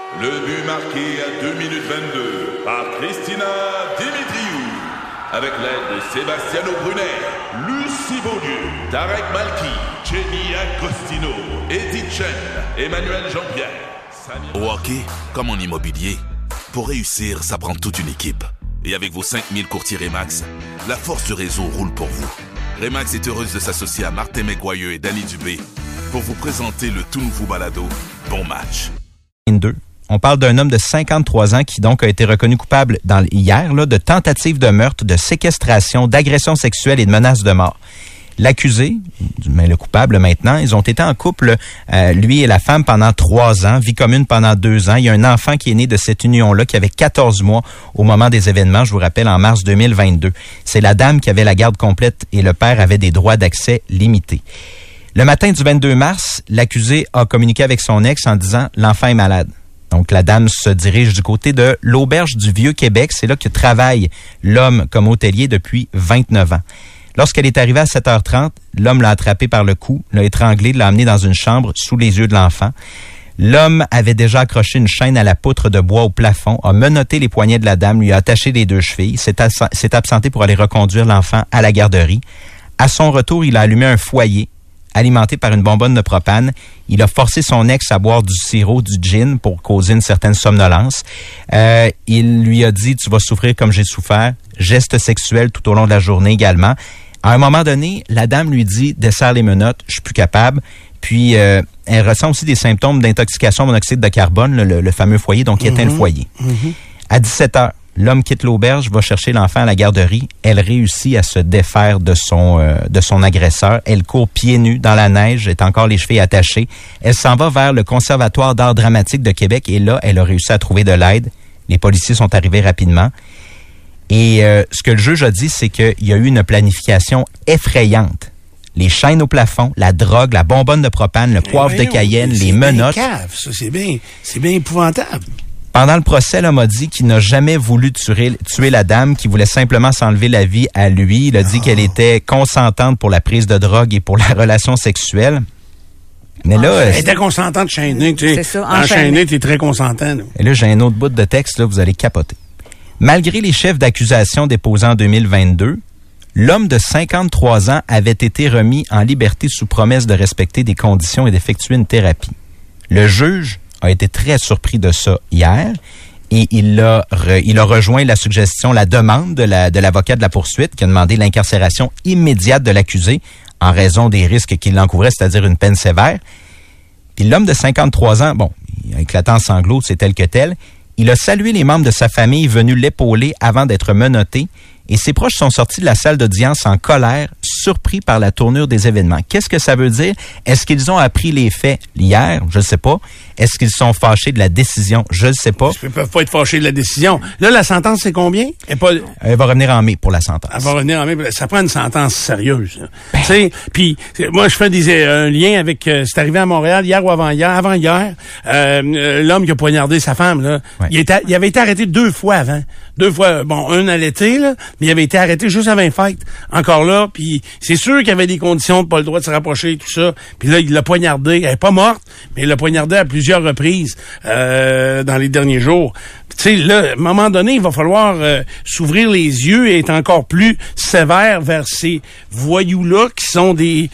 Le but marqué à 2 minutes 22 par Christina Dimitriou. Avec l'aide de Sebastiano Brunet, Lucie Beaulieu, Tarek Malki, Jenny Agostino, Edith Chen, Emmanuel Jean-Pierre. Au hockey, comme en immobilier, pour réussir, ça prend toute une équipe. Et avec vos 5000 courtiers Remax, la force du réseau roule pour vous. Remax est heureuse de s'associer à Martin McGuire et Danny Dubé pour vous présenter le tout nouveau balado Bon Match. On parle d'un homme de 53 ans qui donc a été reconnu coupable hier de tentative de meurtre, de séquestration, d'agression sexuelle et de menace de mort. L'accusé, mais le coupable maintenant, ils ont été en couple, lui et la femme, pendant 3 ans, vie commune pendant 2 ans. Il y a un enfant qui est né de cette union-là, qui avait 14 mois au moment des événements, je vous rappelle, en mars 2022. C'est la dame qui avait la garde complète et le père avait des droits d'accès limités. Le matin du 22 mars, l'accusé a communiqué avec son ex en disant « L'enfant est malade ». Donc, la dame se dirige du côté de l'Auberge du Vieux-Québec. C'est là que travaille l'homme comme hôtelier depuis 29 ans. Lorsqu'elle est arrivée à 7h30, l'homme l'a attrapé par le cou, l'a étranglé, l'a amené dans une chambre sous les yeux de l'enfant. L'homme avait déjà accroché une chaîne à la poutre de bois au plafond, a menotté les poignets de la dame, lui a attaché les 2 chevilles, s'est absenté pour aller reconduire l'enfant à la garderie. À son retour, il a allumé un foyer alimenté par une bonbonne de propane. Il a forcé son ex à boire du sirop, du gin pour causer une certaine somnolence. Il lui a dit « Tu vas souffrir comme j'ai souffert ». Geste sexuel tout au long de la journée également. À un moment donné, la dame lui dit « Desserre les menottes, je suis plus capable ». Puis, elle ressent aussi des symptômes d'intoxication au monoxyde de carbone, le fameux foyer, donc il éteint le foyer. À 17h, l'homme quitte l'auberge, va chercher l'enfant à la garderie. Elle réussit à se défaire de son agresseur. Elle court pieds nus dans la neige, est encore les chevilles attachées. Elle s'en va vers le Conservatoire d'art dramatique de Québec et là, elle a réussi à trouver de l'aide. Les policiers sont arrivés rapidement. Et ce que le juge a dit, c'est qu'il y a eu une planification effrayante. Les chaînes au plafond, la drogue, la bonbonne de propane, le poivre de Cayenne, les menottes. C'est bien épouvantable. Pendant le procès, l'homme a dit qu'il n'a jamais voulu tuer la dame, qu'il voulait simplement s'enlever la vie à lui. Il a dit qu'elle était consentante pour la prise de drogue et pour la relation sexuelle. Mais là, elle était consentante chaînée, tu sais. C'est ça, enchaînée, t'es très consentant. Là. Et là, j'ai un autre bout de texte, là, vous allez capoter. Malgré les chefs d'accusation déposés en 2022, l'homme de 53 ans avait été remis en liberté sous promesse de respecter des conditions et d'effectuer une thérapie. Le juge a été très surpris de ça hier et il a rejoint la demande de l'avocat de la poursuite qui a demandé l'incarcération immédiate de l'accusé en raison des risques qui l'encouraient, c'est-à-dire une peine sévère. Puis l'homme de 53 ans, bon, éclatant en sanglots, c'est tel que tel, il a salué les membres de sa famille venus l'épauler avant d'être menotté. Et ses proches sont sortis de la salle d'audience en colère, surpris par la tournure des événements. Qu'est-ce que ça veut dire? Est-ce qu'ils ont appris les faits hier? Je ne sais pas. Est-ce qu'ils sont fâchés de la décision? Je ne sais pas. Ils ne peuvent pas être fâchés de la décision. Là, la sentence, c'est combien? Elle va revenir en mai pour la sentence. Elle va revenir en mai. Ça prend une sentence sérieuse. Tu sais, puis moi, je fais un lien avec... c'est arrivé à Montréal hier ou avant-hier. L'homme qui a poignardé sa femme, là, ouais. Il avait été arrêté 2 fois avant. 2 fois, bon, un à l'été, là, mais il avait été arrêté juste avant les fêtes. Encore là, puis c'est sûr qu'il y avait des conditions de pas le droit de se rapprocher et tout ça. Puis là, il l'a poignardé. Elle est pas morte, mais il l'a poignardé à plusieurs reprises dans les derniers jours. Tu sais, là, à un moment donné, il va falloir s'ouvrir les yeux et être encore plus sévère vers ces voyous-là qui sont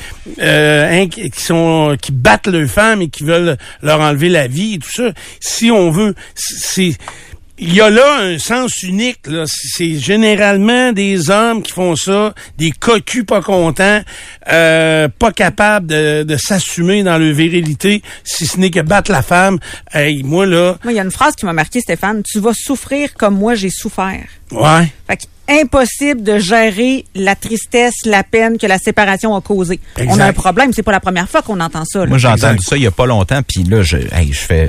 qui battent leurs femmes et qui veulent leur enlever la vie et tout ça. Si on veut, il y a là un sens unique, là. C'est généralement des hommes qui font ça, des cocus pas contents, pas capables de s'assumer dans leur virilité, si ce n'est que battre la femme. Hey, moi, il y a une phrase qui m'a marqué, Stéphane. Tu vas souffrir comme moi j'ai souffert. Ouais. Fait que impossible de gérer la tristesse, la peine que la séparation a causée. Exact. On a un problème. C'est pas la première fois qu'on entend ça, là. Moi, j'ai entendu ça il y a pas longtemps, puis là, je fais...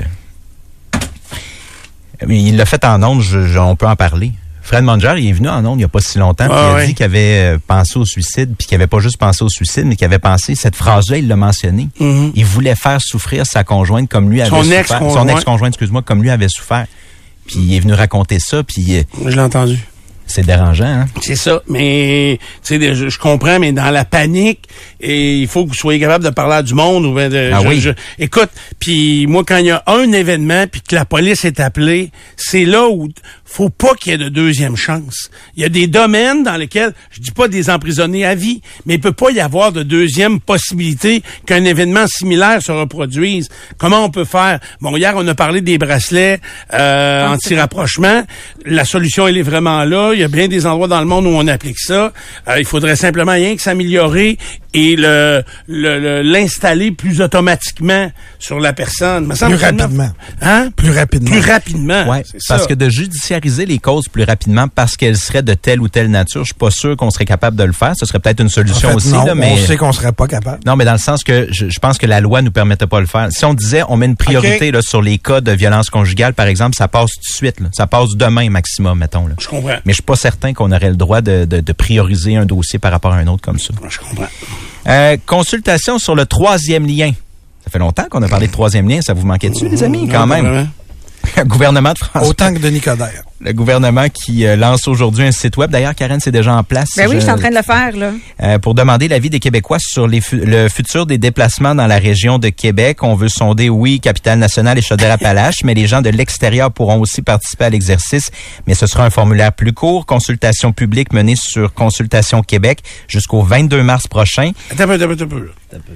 Il l'a fait en ondes, on peut en parler. Fred Munger, il est venu en ondes il n'y a pas si longtemps, puis il a dit qu'il avait pensé au suicide, puis qu'il n'avait pas juste pensé au suicide, mais qu'il avait pensé, cette phrase-là, il l'a mentionné. Mm-hmm. Il voulait faire souffrir sa conjointe comme lui avait souffert. Son ex-conjointe, comme lui avait souffert. Puis il est venu raconter ça, puis... Je l'ai entendu. C'est dérangeant, hein? C'est ça. Mais, tu sais, je comprends, mais dans la panique, et il faut que vous soyez capable de parler à du monde. Ou ben écoute, puis moi, quand il y a un événement, puis que la police est appelée, c'est là où faut pas qu'il y ait de deuxième chance. Il y a des domaines dans lesquels, je dis pas des emprisonnés à vie, mais il peut pas y avoir de deuxième possibilité qu'un événement similaire se reproduise. Comment on peut faire? Bon, hier, on a parlé des bracelets anti-rapprochement. La solution, elle est vraiment là. Il y a bien des endroits dans le monde où on applique ça. Il faudrait simplement rien que s'améliorer et l'installer plus automatiquement sur la personne. Plus rapidement. Hein? Plus rapidement. Plus rapidement. Ouais, parce que de judiciariser les causes plus rapidement parce qu'elles seraient de telle ou telle nature, je suis pas sûr qu'on serait capable de le faire. Ce serait peut-être une solution aussi. Non, là, mais on sait qu'on serait pas capable. Non, mais dans le sens que je pense que la loi nous permettait pas de le faire. Si on disait, on met une priorité là, sur les cas de violence conjugale, par exemple, ça passe tout de suite. Là. Ça passe demain maximum, mettons. Là. Je comprends. Mais je suis pas certain qu'on aurait le droit de prioriser un dossier par rapport à un autre comme ça. Je comprends. Consultation sur le 3e lien. Ça fait longtemps qu'on a parlé de 3e lien. Ça vous manquait dessus, les amis, quand même? Vraiment. Le gouvernement de France. Autant que Denis Coderre. Le gouvernement qui lance aujourd'hui un site web. D'ailleurs, Karen, c'est déjà en place. Ben oui, je suis en train de le faire, là. Pour demander l'avis des Québécois sur le futur des déplacements dans la région de Québec. On veut sonder, oui, Capitale-Nationale et Chaudière-Appalaches, mais les gens de l'extérieur pourront aussi participer à l'exercice. Mais ce sera un formulaire plus court. Consultation publique menée sur Consultation Québec jusqu'au 22 mars prochain. Attends un peu.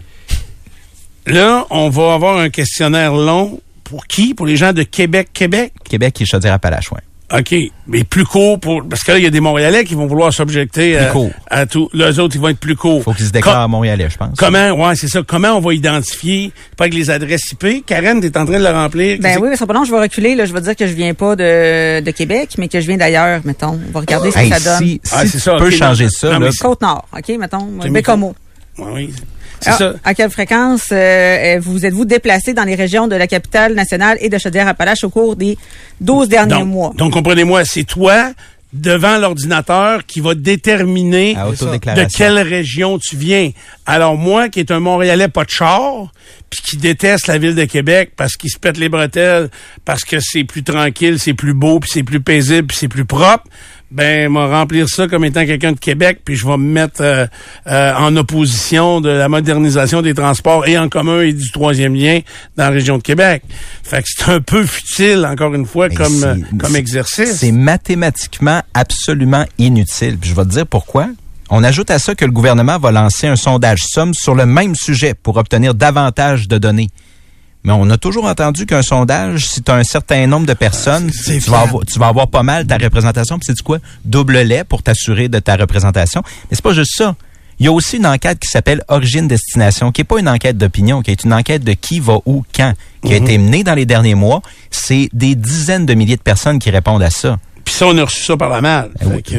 Là, on va avoir un questionnaire long. Pour qui? Pour les gens de Québec? Québec et Chaudière-Appalaches, oui. OK. Mais plus court parce que là, il y a des Montréalais qui vont vouloir s'objecter à tout. Les autres, ils vont être plus courts. Faut qu'ils se déclarent à Montréalais, je pense. C'est ça. Comment on va identifier, pas avec les adresses IP? Karen, t'es en train de le remplir. Ben oui, mais simplement, je vais reculer, là. Je vais dire que je viens pas de Québec, mais que je viens d'ailleurs, mettons. On va regarder ce que ça donne. Si tu peux changer ça, là. Côte-Nord, OK, mettons. Bécomo. Oui. C'est ça. À quelle fréquence vous êtes-vous déplacé dans les régions de la Capitale-Nationale et de Chaudière-Appalaches au cours des 12 derniers mois? Donc, comprenez-moi, c'est toi, devant l'ordinateur, qui va déterminer de quelle région tu viens. Alors, moi, qui est un Montréalais pas de char, puis qui déteste la ville de Québec parce qu'il se pète les bretelles, parce que c'est plus tranquille, c'est plus beau, puis c'est plus paisible, puis c'est plus propre, ben, moi remplir ça comme étant quelqu'un de Québec, puis je vais me mettre en opposition de la modernisation des transports et en commun et du 3e lien dans la région de Québec. Fait que c'est un peu futile, encore une fois, comme exercice. C'est mathématiquement absolument inutile. Puis je vais te dire pourquoi. On ajoute à ça que le gouvernement va lancer un sondage somme sur le même sujet pour obtenir davantage de données. Mais on a toujours entendu qu'un sondage, si tu as un certain nombre de personnes, tu vas avoir pas mal ta représentation. Puis c'est quoi? Double-les pour t'assurer de ta représentation. Mais c'est pas juste ça. Il y a aussi une enquête qui s'appelle Origine-Destination, qui est pas une enquête d'opinion, qui est une enquête de qui va où, quand, qui a été menée dans les derniers mois. C'est des dizaines de milliers de personnes qui répondent à ça. Puis ça, on a reçu ça par la malle.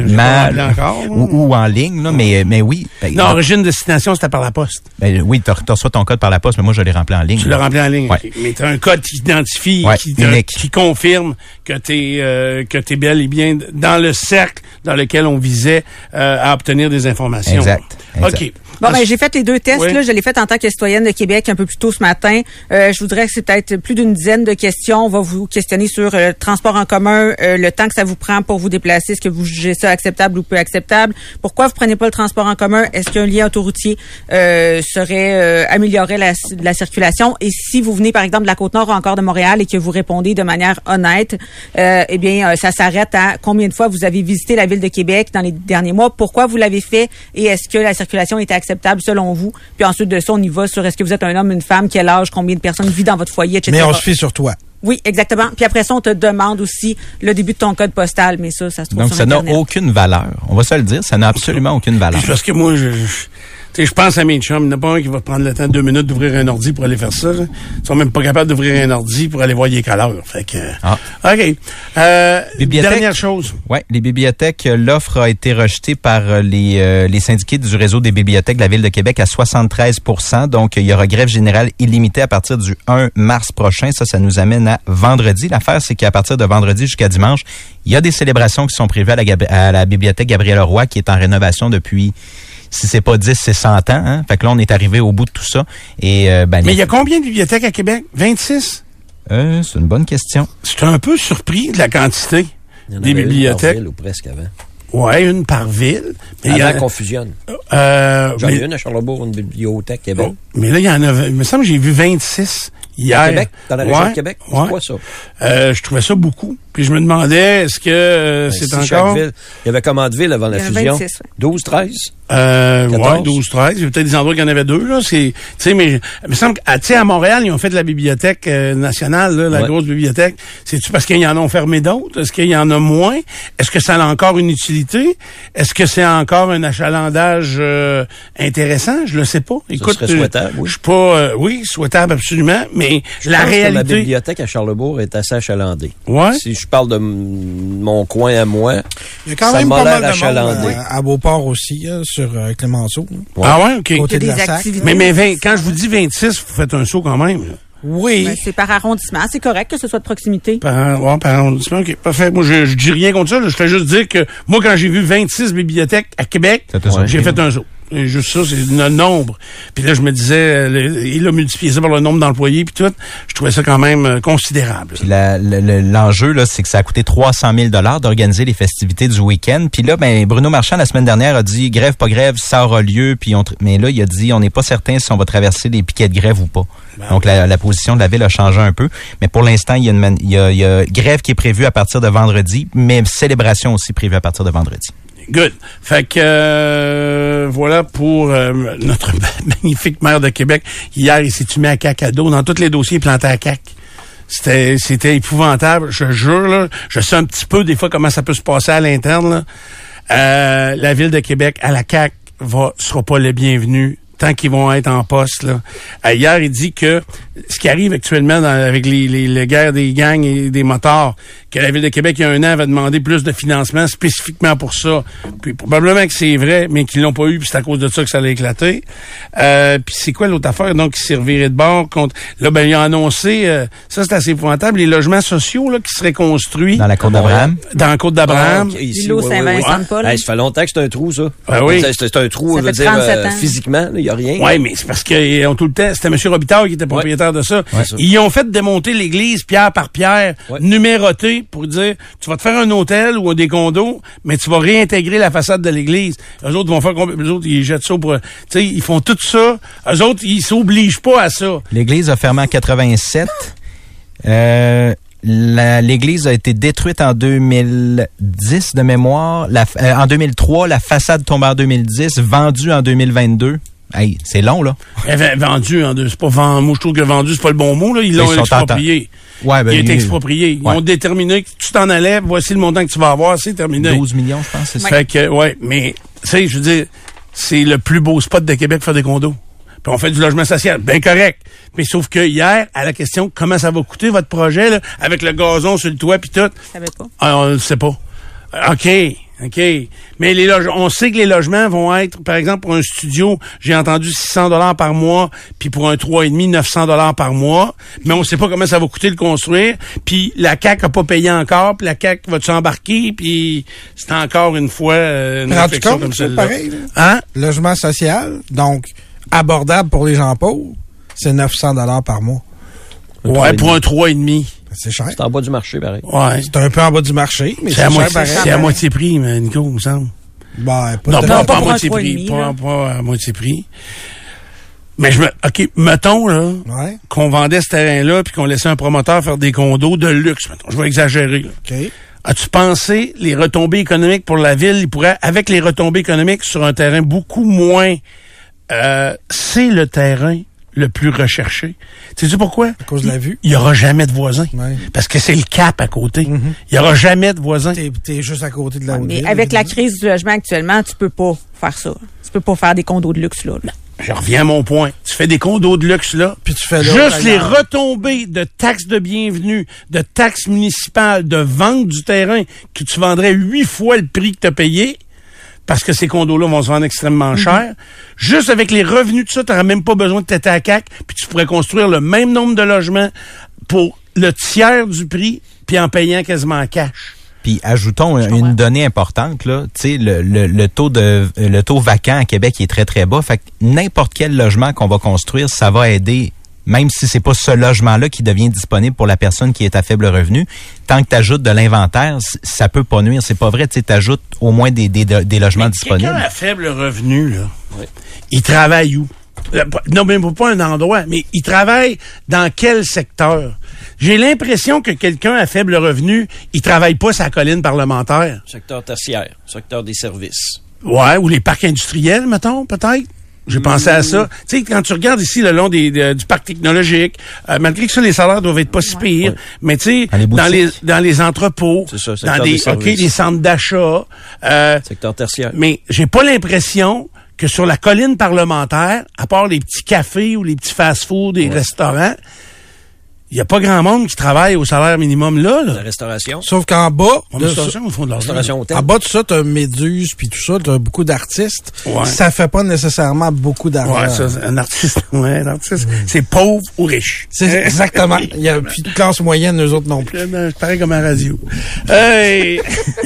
Ou en ligne, là, mais oui. Non, Origine-Destination, c'était par la poste. Oui, tu reçois ton code par la poste, mais moi, je l'ai rempli en ligne. Tu l'as rempli en ligne. Ouais. Okay. Mais tu as un code qui identifie, qui confirme que t'es bel et bien dans le cercle dans lequel on visait à obtenir des informations. Exact. OK. Bon, ben, j'ai fait les 2 tests, là. Je l'ai fait en tant que citoyenne de Québec un peu plus tôt ce matin. Je voudrais que c'est peut-être plus d'une dizaine de questions. On va vous questionner sur le transport en commun, le temps que ça vous prend pour vous déplacer. Est-ce que vous jugez ça acceptable ou peu acceptable? Pourquoi vous prenez pas le transport en commun? Est-ce qu'un lien autoroutier améliorerait la circulation? Et si vous venez, par exemple, de la Côte-Nord ou encore de Montréal et que vous répondez de manière honnête, eh bien, ça s'arrête à combien de fois vous avez visité la ville de Québec dans les derniers mois? Pourquoi vous l'avez fait? Et est-ce que la circulation était acceptable selon vous? Puis ensuite de ça, on y va sur est-ce que vous êtes un homme, une femme, quel âge, combien de personnes vivent dans votre foyer, etc. Mais on se fie sur toi. Oui, exactement. Puis après ça, on te demande aussi le début de ton code postal, mais ça se trouve donc, sur Internet. Donc, ça n'a aucune valeur. On va se le dire, ça n'a absolument aucune valeur. Parce que moi, je pense à mes chums. Il n'y en a pas un qui va prendre le temps de 2 minutes d'ouvrir un ordi pour aller faire ça. Là. Ils sont même pas capables d'ouvrir un ordi pour aller voir il est quelle heure. Fait que, OK. Dernière chose. Oui, les bibliothèques. L'offre a été rejetée par les syndiqués du réseau des bibliothèques de la Ville de Québec à 73%. Donc, il y aura grève générale illimitée à partir du 1 mars prochain. Ça nous amène à vendredi. L'affaire, c'est qu'à partir de vendredi jusqu'à dimanche, il y a des célébrations qui sont prévues à la bibliothèque Gabriel-Leroy qui est en rénovation depuis... Si c'est pas 10, c'est 100 ans. Hein? Fait que là, on est arrivé au bout de tout ça. Et, mais il y a combien de bibliothèques à Québec? 26? C'est une bonne question. Je suis un peu surpris de la quantité des bibliothèques. Ou presque avant. Ouais, une par ville. Mais Avant qu'on fusionne. J'en ai une à Charlesbourg, une bibliothèque Québec. Mais là, il y en a, il me semble que j'ai vu 26 hier. À Québec? Dans la région de Québec? C'est quoi ça? Je trouvais ça beaucoup. Puis je me demandais, est-ce que c'est encore... Ville, il y avait combien de villes avant la fusion? 26, ouais. 12, 13? Ouais, 12, 13. Il y a peut-être des endroits qu'il y en avait 2, là. Tu sais, mais il me semble qu'à Montréal, ils ont fait la bibliothèque nationale, là, la grosse bibliothèque. C'est-tu parce qu'ils en ont fermé d'autres? Est-ce qu'il y en a moins? Est-ce que ça a encore une utilité? Est-ce que c'est encore un achalandage intéressant? Je le sais pas. Écoute, ça serait souhaitable, oui. Je suis pas... oui, souhaitable, absolument, mais je la pense réalité... que ma bibliothèque à Charlesbourg est assez achalandée. Ouais. Si je parle de mon coin à moi, il y a quand ça même m'a pas l'air mal de achalandé. monde à Beauport aussi, sur Clémenceau. Ouais. Ah ouais, OK. Côté Il y a de des la SAC. activités. Mais quand je vous dis 26, vous faites un saut quand même, là. Oui. Ben, c'est par arrondissement. C'est correct que ce soit de proximité. Par arrondissement, OK, parfait. Moi, je dis rien contre ça. Je fais juste dire que moi, quand j'ai vu 26 bibliothèques à Québec, j'ai fait un saut. Et juste ça, c'est le nombre. Puis là, je me disais, il a multiplié ça par le nombre d'employés, puis tout. Je trouvais ça quand même considérable. Puis l'enjeu, là, c'est que ça a coûté 300 000 d'organiser les festivités du week-end. Puis là, ben Bruno Marchand, la semaine dernière, a dit grève, pas grève, ça aura lieu. Puis mais là, il a dit, on n'est pas certain si on va traverser les piquets de grève ou pas. Donc, la position de la ville a changé un peu. Mais pour l'instant, il y a grève qui est prévue à partir de vendredi, mais célébration aussi prévue à partir de vendredi. Good. Fait que voilà pour notre magnifique maire de Québec. Hier, il s'est mis à cacado dans tous les dossiers plantés à cac. C'était épouvantable. Je jure, là, je sais un petit peu des fois comment ça peut se passer à l'interne. Là. La ville de Québec, à la CAQ, sera pas le bienvenu tant qu'ils vont être en poste. Là. Hier, il dit que ce qui arrive actuellement avec les guerres des gangs et des motards, que la Ville de Québec, il y a un an, va demander plus de financement spécifiquement pour ça. Puis probablement que c'est vrai, mais qu'ils l'ont pas eu, puis c'est à cause de ça que ça a éclaté. Puis c'est quoi l'autre affaire? Donc, il servirait de bord contre... Là, ben, il a annoncé, ça c'est assez épouvantable, les logements sociaux là qui seraient construits... Dans la Côte d'Abraham? Dans la Côte d'Abraham. L'îlot Saint-Vincent-de-Paul. Ça fait longtemps que c'est un trou, ça. Ah oui. C'est un trou, Ça je veux fait dire, 37 ans. physiquement, il n'y a rien. Oui, mais c'est parce qu'ils ont tout le temps... C'était M. Robitaille qui était propriétaire de ça. Ouais, Ils ont fait démonter l'église pierre par pierre, numérotée, pour dire, tu vas te faire un hôtel ou des condos, mais tu vas réintégrer la façade de l'église. Eux autres vont faire... Eux autres, ils jettent ça pour... Tu sais, ils font tout ça. Eux autres, ils s'obligent pas à ça. L'église a fermé en 87. L'église a été détruite en 2010 de mémoire. En 2003, la façade tombée en 2010, vendue en 2022. Hey, c'est long, là. Vendu en deux. C'est pas vendu. Moi, je trouve que vendu, c'est pas le bon mot, là. Ils l'ont exproprié. Ouais, ben, il est exproprié. Ils ont déterminé que tu t'en allais, voici le montant que tu vas avoir, c'est terminé. 12 millions, je pense, c'est ça. Fait que, mais, tu sais, je veux dire, c'est le plus beau spot de Québec pour faire des condos. Puis on fait du logement social. Bien correct. Mais sauf que hier, à la question comment ça va coûter votre projet, là, avec le gazon sur le toit puis tout. Je savais pas. On ne sait pas. OK. Mais on sait que les logements vont être, par exemple, pour un studio, j'ai entendu 600 $ par mois, puis pour un 3,5, 900 $ par mois. Mais on sait pas comment ça va coûter le construire. Puis la CAQ a pas payé encore, puis la CAQ va-tu embarquer, puis c'est encore une fois une réflexion comme c'est celle-là. pareil. Hein? Logement social, donc abordable pour les gens pauvres, c'est 900 $ par mois. Ouais, pour un 3,5. C'est cher. C'est en bas du marché, pareil. Ouais. C'est un peu en bas du marché, mais C'est à moitié prix, mais Nico, il me semble. Ben, Non, pas à pour moitié un prix. 3,5, Pas à moitié prix. Mais OK, mettons, là, qu'on vendait ce terrain-là puis qu'on laissait un promoteur faire des condos de luxe, mettons. Je vais exagérer, là. OK. As-tu pensé les retombées économiques pour la ville? Il pourrait, avec les retombées économiques sur un terrain beaucoup moins... c'est le terrain le plus recherché. Sais-tu pourquoi? À cause de la vue. Il y aura jamais de voisins. Ouais. Parce que c'est le cap à côté. Il y aura jamais de voisins. T'es juste à côté de la Mais ville. avec la crise du logement actuellement, tu peux pas faire ça. Tu peux pas faire des condos de luxe, là. Je reviens à mon point. Tu fais des condos de luxe, là. Puis tu fais juste les retombées de taxes de bienvenue, de taxes municipales, de vente du terrain, que tu vendrais 8 fois le prix que tu as payé, parce que ces condos-là vont se vendre extrêmement cher. Juste avec les revenus de ça, tu n'auras même pas besoin de têter à CAQ, puis tu pourrais construire le même nombre de logements pour le tiers du prix, puis en payant quasiment en cash. Puis ajoutons une donnée importante là, tu sais le taux vacant à Québec est très très bas, fait que n'importe quel logement qu'on va construire, ça va aider même si c'est pas ce logement-là qui devient disponible pour la personne qui est à faible revenu, tant que tu ajoutes de l'inventaire, ça peut pas nuire. C'est pas vrai, tu ajoutes au moins des logements disponibles. Quelqu'un à faible revenu, là, il travaille où? Non, même pas un endroit, mais il travaille dans quel secteur? J'ai l'impression que quelqu'un à faible revenu, il travaille pas sa colline parlementaire. Secteur tertiaire, secteur des services. Ouais, ou les parcs industriels, mettons, peut-être. J'ai pensé à ça. Tu sais, quand tu regardes ici le long du parc technologique, malgré que ça, les salaires doivent être pas si pires, mais tu sais, dans les entrepôts, ça, dans les centres d'achat. Secteur tertiaire. Mais j'ai pas l'impression que sur la colline parlementaire, à part les petits cafés ou les petits fast-food et restaurants, il n'y a pas grand monde qui travaille au salaire minimum là. La restauration. Sauf qu'en bas, au fond de restauration hôtel. En bas de ça, t'as Méduse puis tout ça, t'as beaucoup d'artistes. Ouais. Ça fait pas nécessairement beaucoup d'argent. Ouais, ça, un artiste, c'est pauvre ou riche. C'est exactement. Il y a plus de classe moyenne, eux autres non plus. Pareil comme à la radio. Hey!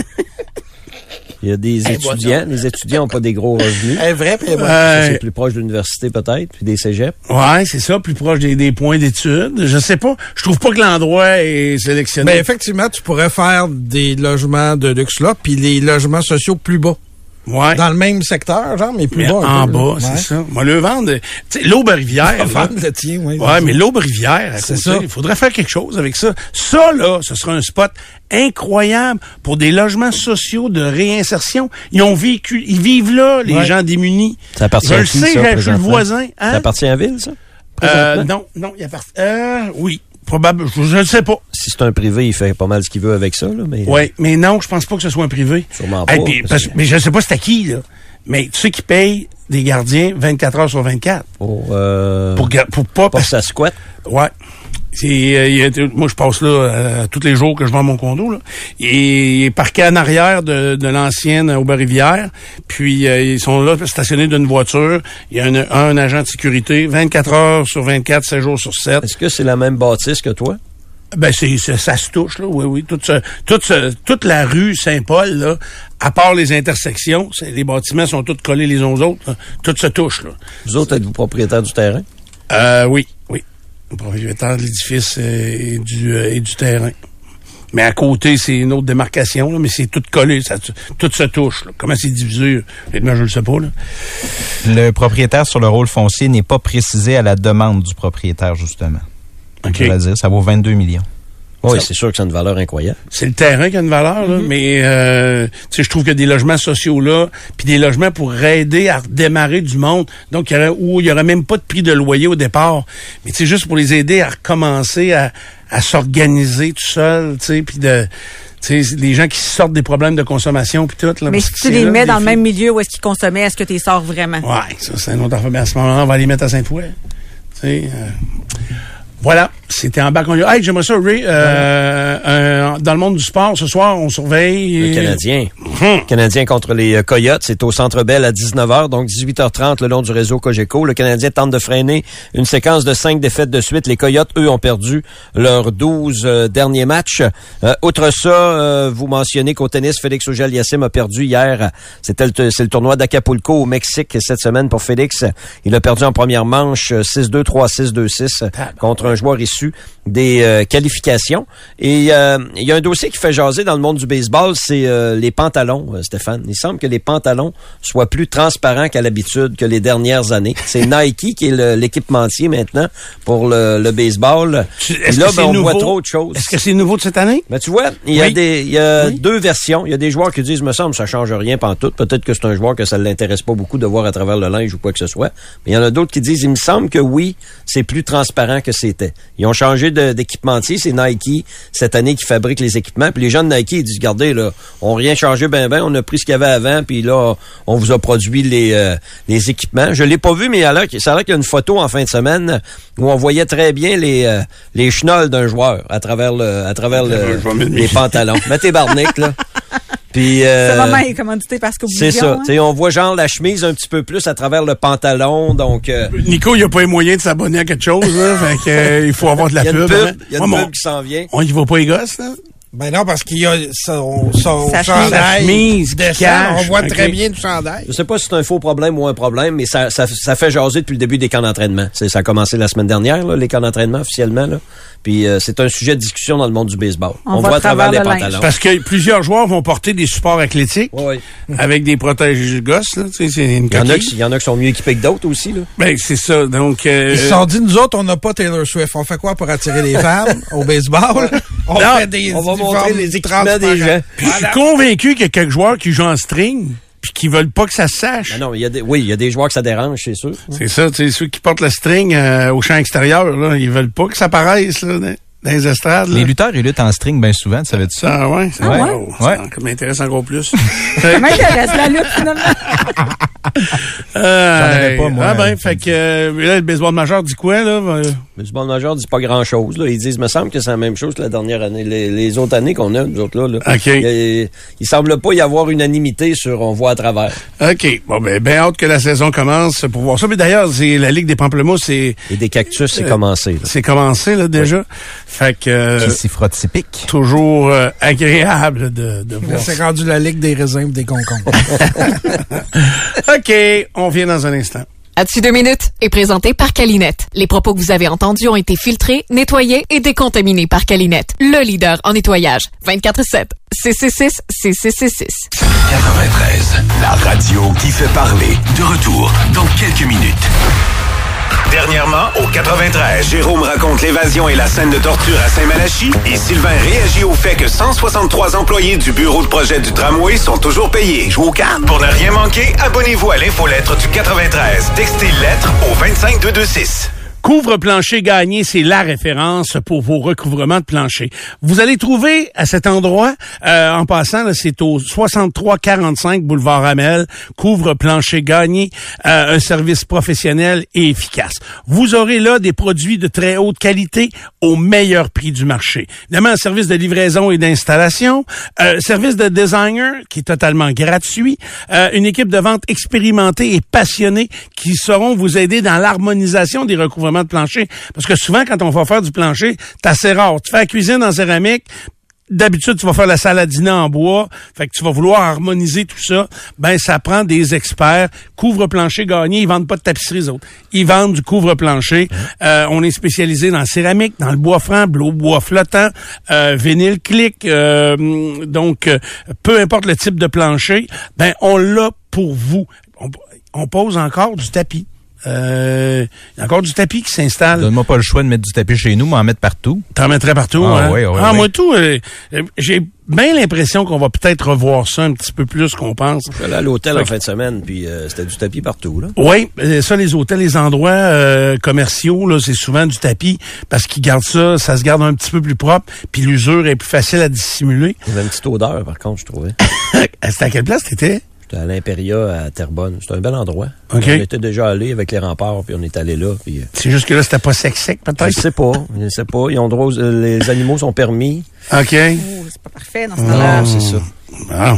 Il y a des étudiants. Les étudiants n'ont pas des gros revenus. Vrai, c'est plus proche de l'université peut-être, puis des cégeps. Ouais, c'est ça, plus proche des points d'études. Je sais pas. Je trouve pas que l'endroit est sélectionné. Ben effectivement, tu pourrais faire des logements de luxe là, puis les logements sociaux plus bas. Ouais. Dans le même secteur, genre, mais plus bas. En bas, c'est ça. Moi, le vendre, tu sais, l'Aube-Rivière. Vendre le tien, oui. Ouais, mais l'Aube-Rivière, c'est ça. Il faudrait faire quelque chose avec ça. Ça, là, ce sera un spot incroyable pour des logements sociaux de réinsertion. Ils vivent là, les gens démunis. Ça appartient à qui, ça, j'ai le voisin. Hein? Ça appartient à la ville, ça? Non, il appartient. Oui. Probable, je ne sais pas. Si c'est un privé, il fait pas mal ce qu'il veut avec ça, là, mais. Oui, mais non, je pense pas que ce soit un privé. Sûrement pas. Mais je ne sais pas c'est à qui, là. Mais tu sais qui paye des gardiens 24 heures sur 24. Pour pas. Pour ça squatte. Ouais. Moi, je passe là tous les jours que je vends mon condo. Là. Et il est parqué en arrière de l'ancienne Aube-Rivière. Puis, ils sont là stationnés d'une voiture. Il y a un agent de sécurité, 24 heures sur 24, 7 jours sur 7. Est-ce que c'est la même bâtisse que toi? Ben, ça se touche, là. Oui. Toute la rue Saint-Paul, là, à part les intersections, les bâtiments sont tous collés les uns aux autres. Là. Tout se touche, là. Vous autres, êtes-vous propriétaire du terrain? Oui. Propriétaire de l'édifice et du terrain. Mais à côté, c'est une autre démarcation, là, mais c'est tout collé, tout se touche. Là. Comment c'est divisé? Honnêtement, je ne sais pas. Là. Le propriétaire sur le rôle foncier n'est pas précisé à la demande du propriétaire, justement. Okay. Je vais dire, ça vaut 22 millions. Oui, c'est sûr que c'est une valeur incroyable. C'est le terrain qui a une valeur, là, mais tu sais, je trouve que des logements sociaux là, puis des logements pour aider à redémarrer du monde, donc il y aurait même pas de prix de loyer au départ, mais tu sais, juste pour les aider à recommencer à s'organiser tout seul, tu sais, puis de... Tu sais, les gens qui sortent des problèmes de consommation puis tout. Là, mais si tu les mets dans le même milieu où est-ce qu'ils consommaient, est-ce que tu les sors vraiment? Ouais, ça c'est un autre affaire. Mais à ce moment-là, on va les mettre à Saint-Fouet. Tu sais... Voilà, c'était en bac. Hey, j'aimerais ça, Ray. Dans le monde du sport, ce soir, on surveille... Le Canadien. Canadien contre les Coyotes. C'est au Centre Bell à 19h, donc 18h30 le long du réseau Cogeco. Le Canadien tente de freiner une séquence de 5 défaites de suite. Les Coyotes, eux, ont perdu leurs 12 derniers matchs. Outre ça, vous mentionnez qu'au tennis, Félix Auger-Aliassime a perdu hier. C'est le tournoi d'Acapulco au Mexique cette semaine pour Félix. Il a perdu en première manche 6-2, 3-6, 2-6 contre un joueur issu des qualifications. Et il y a un dossier qui fait jaser dans le monde du baseball, c'est les pantalons, Stéphane. Il semble que les pantalons soient plus transparents qu'à l'habitude, que les dernières années. C'est Nike qui est l'équipementier maintenant pour le baseball. Et là, on voit trop de choses. Est-ce que c'est nouveau de cette année? Ben, tu vois, il y a deux versions. Il y a des joueurs qui disent, me semble, ça change rien pantoute. Peut-être que c'est un joueur que ça l'intéresse pas beaucoup de voir à travers le linge ou quoi que ce soit. Mais il y en a d'autres qui disent, il me semble que oui, c'est plus transparent que c'était. Ils ont changé d'équipementier. C'est Nike, cette année, qui fabrique les équipements. Puis les gens de Nike, ils disent, regardez, là, on n'a rien changé ben. On a pris ce qu'il y avait avant, puis là, on vous a produit les équipements. Je l'ai pas vu, mais ça a l'air qu'il y a une photo en fin de semaine où on voyait très bien les chenolles d'un joueur à travers les pantalons. Mets tes barniques, là. Puis, ce moment est commandité parce que c'est ça. Hein? On voit genre la chemise un petit peu plus à travers le pantalon. Donc, Nico, il n'y a pas les moyens de s'abonner à quelque chose. Là, fait que, il faut avoir de la pub. Il y a une pub qui s'en vient. On y va pas les gosses, là? Ben non, parce qu'il y a son Sa chandail chemise descend. cache. On voit Ok. très bien le chandail. Je sais pas si c'est un faux problème ou un problème, mais ça fait jaser depuis le début des camps d'entraînement. Ça a commencé la semaine dernière, là, les camps d'entraînement officiellement. Là. Puis c'est un sujet de discussion dans le monde du baseball. On voit voit à travers les le linge. pantalons. Parce que plusieurs joueurs vont porter des supports athlétiques Oui. avec des protège-gosses. Là. Tu sais, c'est une Il y coquille. en a qui sont mieux équipés que d'autres aussi. Là. Ben, c'est ça. Donc, Ils se sont dit, nous autres, on n'a pas Taylor Swift. On fait quoi pour attirer les femmes au baseball? On Non, fait des on va uniformes montrer les équipements des transparents. gens. puis je suis convaincu qu'il y a quelques joueurs qui jouent en string puis qui veulent pas que ça se sache. Ah non, il y a des joueurs que ça dérange, c'est sûr. C'est ça, tu sais, ceux qui portent le string au champ extérieur, là, ils veulent pas que ça paraisse là, dans les estrades. Là. Les lutteurs, ils luttent en string bien souvent, tu savais-tu ça? Ça, ouais. Ça, Ouais. wow, Ouais. ça m'intéresse encore plus. Ça m'intéresse, la lutte, finalement. avais pas, moi, Ah ben, fait que là, le baseball majeur dit quoi, là? Le baseball majeur dit pas grand-chose. Là. Ils disent, me semble que c'est la même chose que la dernière année. Les autres années qu'on a, nous autres là. OK. Il semble pas y avoir unanimité sur on voit à travers. OK. Bon, ben hâte que la saison commence pour voir ça. Mais d'ailleurs, c'est la Ligue des Pamplemousses, Et des cactus, c'est commencé. Là. c'est commencé, là, déjà. Fait que... Qui s'y frotte typique. toujours agréable de Là, voir c'est ça. rendu la Ligue des raisins et des concombres. OK, on vient dans un instant. À-dessus 2 minutes est présenté par Calinette. Les propos que vous avez entendus ont été filtrés, nettoyés et décontaminés par Calinette, le leader en nettoyage. 24/7. CC6, CC66. 93, la radio qui fait parler. De retour dans quelques minutes. Dernièrement, au 93, Jérôme raconte l'évasion et la scène de torture à Saint-Malachie et Sylvain réagit au fait que 163 employés du bureau de projet du tramway sont toujours payés. Jouez au calme. Pour ne rien manquer, abonnez-vous à l'infolettre du 93. Textez lettre au 25226. Couvre-plancher gagné, c'est la référence pour vos recouvrements de plancher. Vous allez trouver à cet endroit, en passant, là, c'est au 6345 boulevard Hamel, couvre-plancher gagné, un service professionnel et efficace. Vous aurez là des produits de très haute qualité au meilleur prix du marché. Évidemment, un service de livraison et d'installation, service de designer qui est totalement gratuit, une équipe de vente expérimentée et passionnée qui sauront vous aider dans l'harmonisation des recouvrements de plancher. Parce que souvent, quand on va faire du plancher, c'est assez rare. Tu fais la cuisine en céramique, d'habitude, tu vas faire la salle à dîner en bois, fait que tu vas vouloir harmoniser tout ça. Ben, ça prend des experts. Couvre-plancher gagné, ils vendent pas de tapisserie, les autres. Ils vendent du couvre-plancher. On est spécialisé dans la céramique, dans le bois franc, bois flottant, vinyle click. Donc, peu importe le type de plancher, ben, on l'a pour vous. On pose encore du tapis. Il y a encore du tapis qui s'installe. Donne-moi pas le choix de mettre du tapis chez nous, mais en mettre partout. T'en mettrais partout, Ah, hein? oui, oui, ah, oui. moi, tout, j'ai bien l'impression qu'on va peut-être revoir ça un petit peu plus qu'on pense. Je suis allé à l'hôtel en fin de semaine, puis c'était du tapis partout. Là. Oui, ça, les hôtels, les endroits commerciaux, là, c'est souvent du tapis parce qu'ils gardent ça se garde un petit peu plus propre, puis l'usure est plus facile à dissimuler. Il y avait une petite odeur, par contre, je trouvais. C'était à quelle place t'étais? J'étais à l'Imperia, à Terrebonne. C'était un bel endroit. OK. On était déjà allé avec les remparts, puis on est allé là. Puis, C'est juste que là, c'était pas sec, je peut-être? sais pas. Ils ont droit les animaux sont permis. OK. Oh, c'est pas parfait dans ce temps-là. Non, c'est ça. Ah.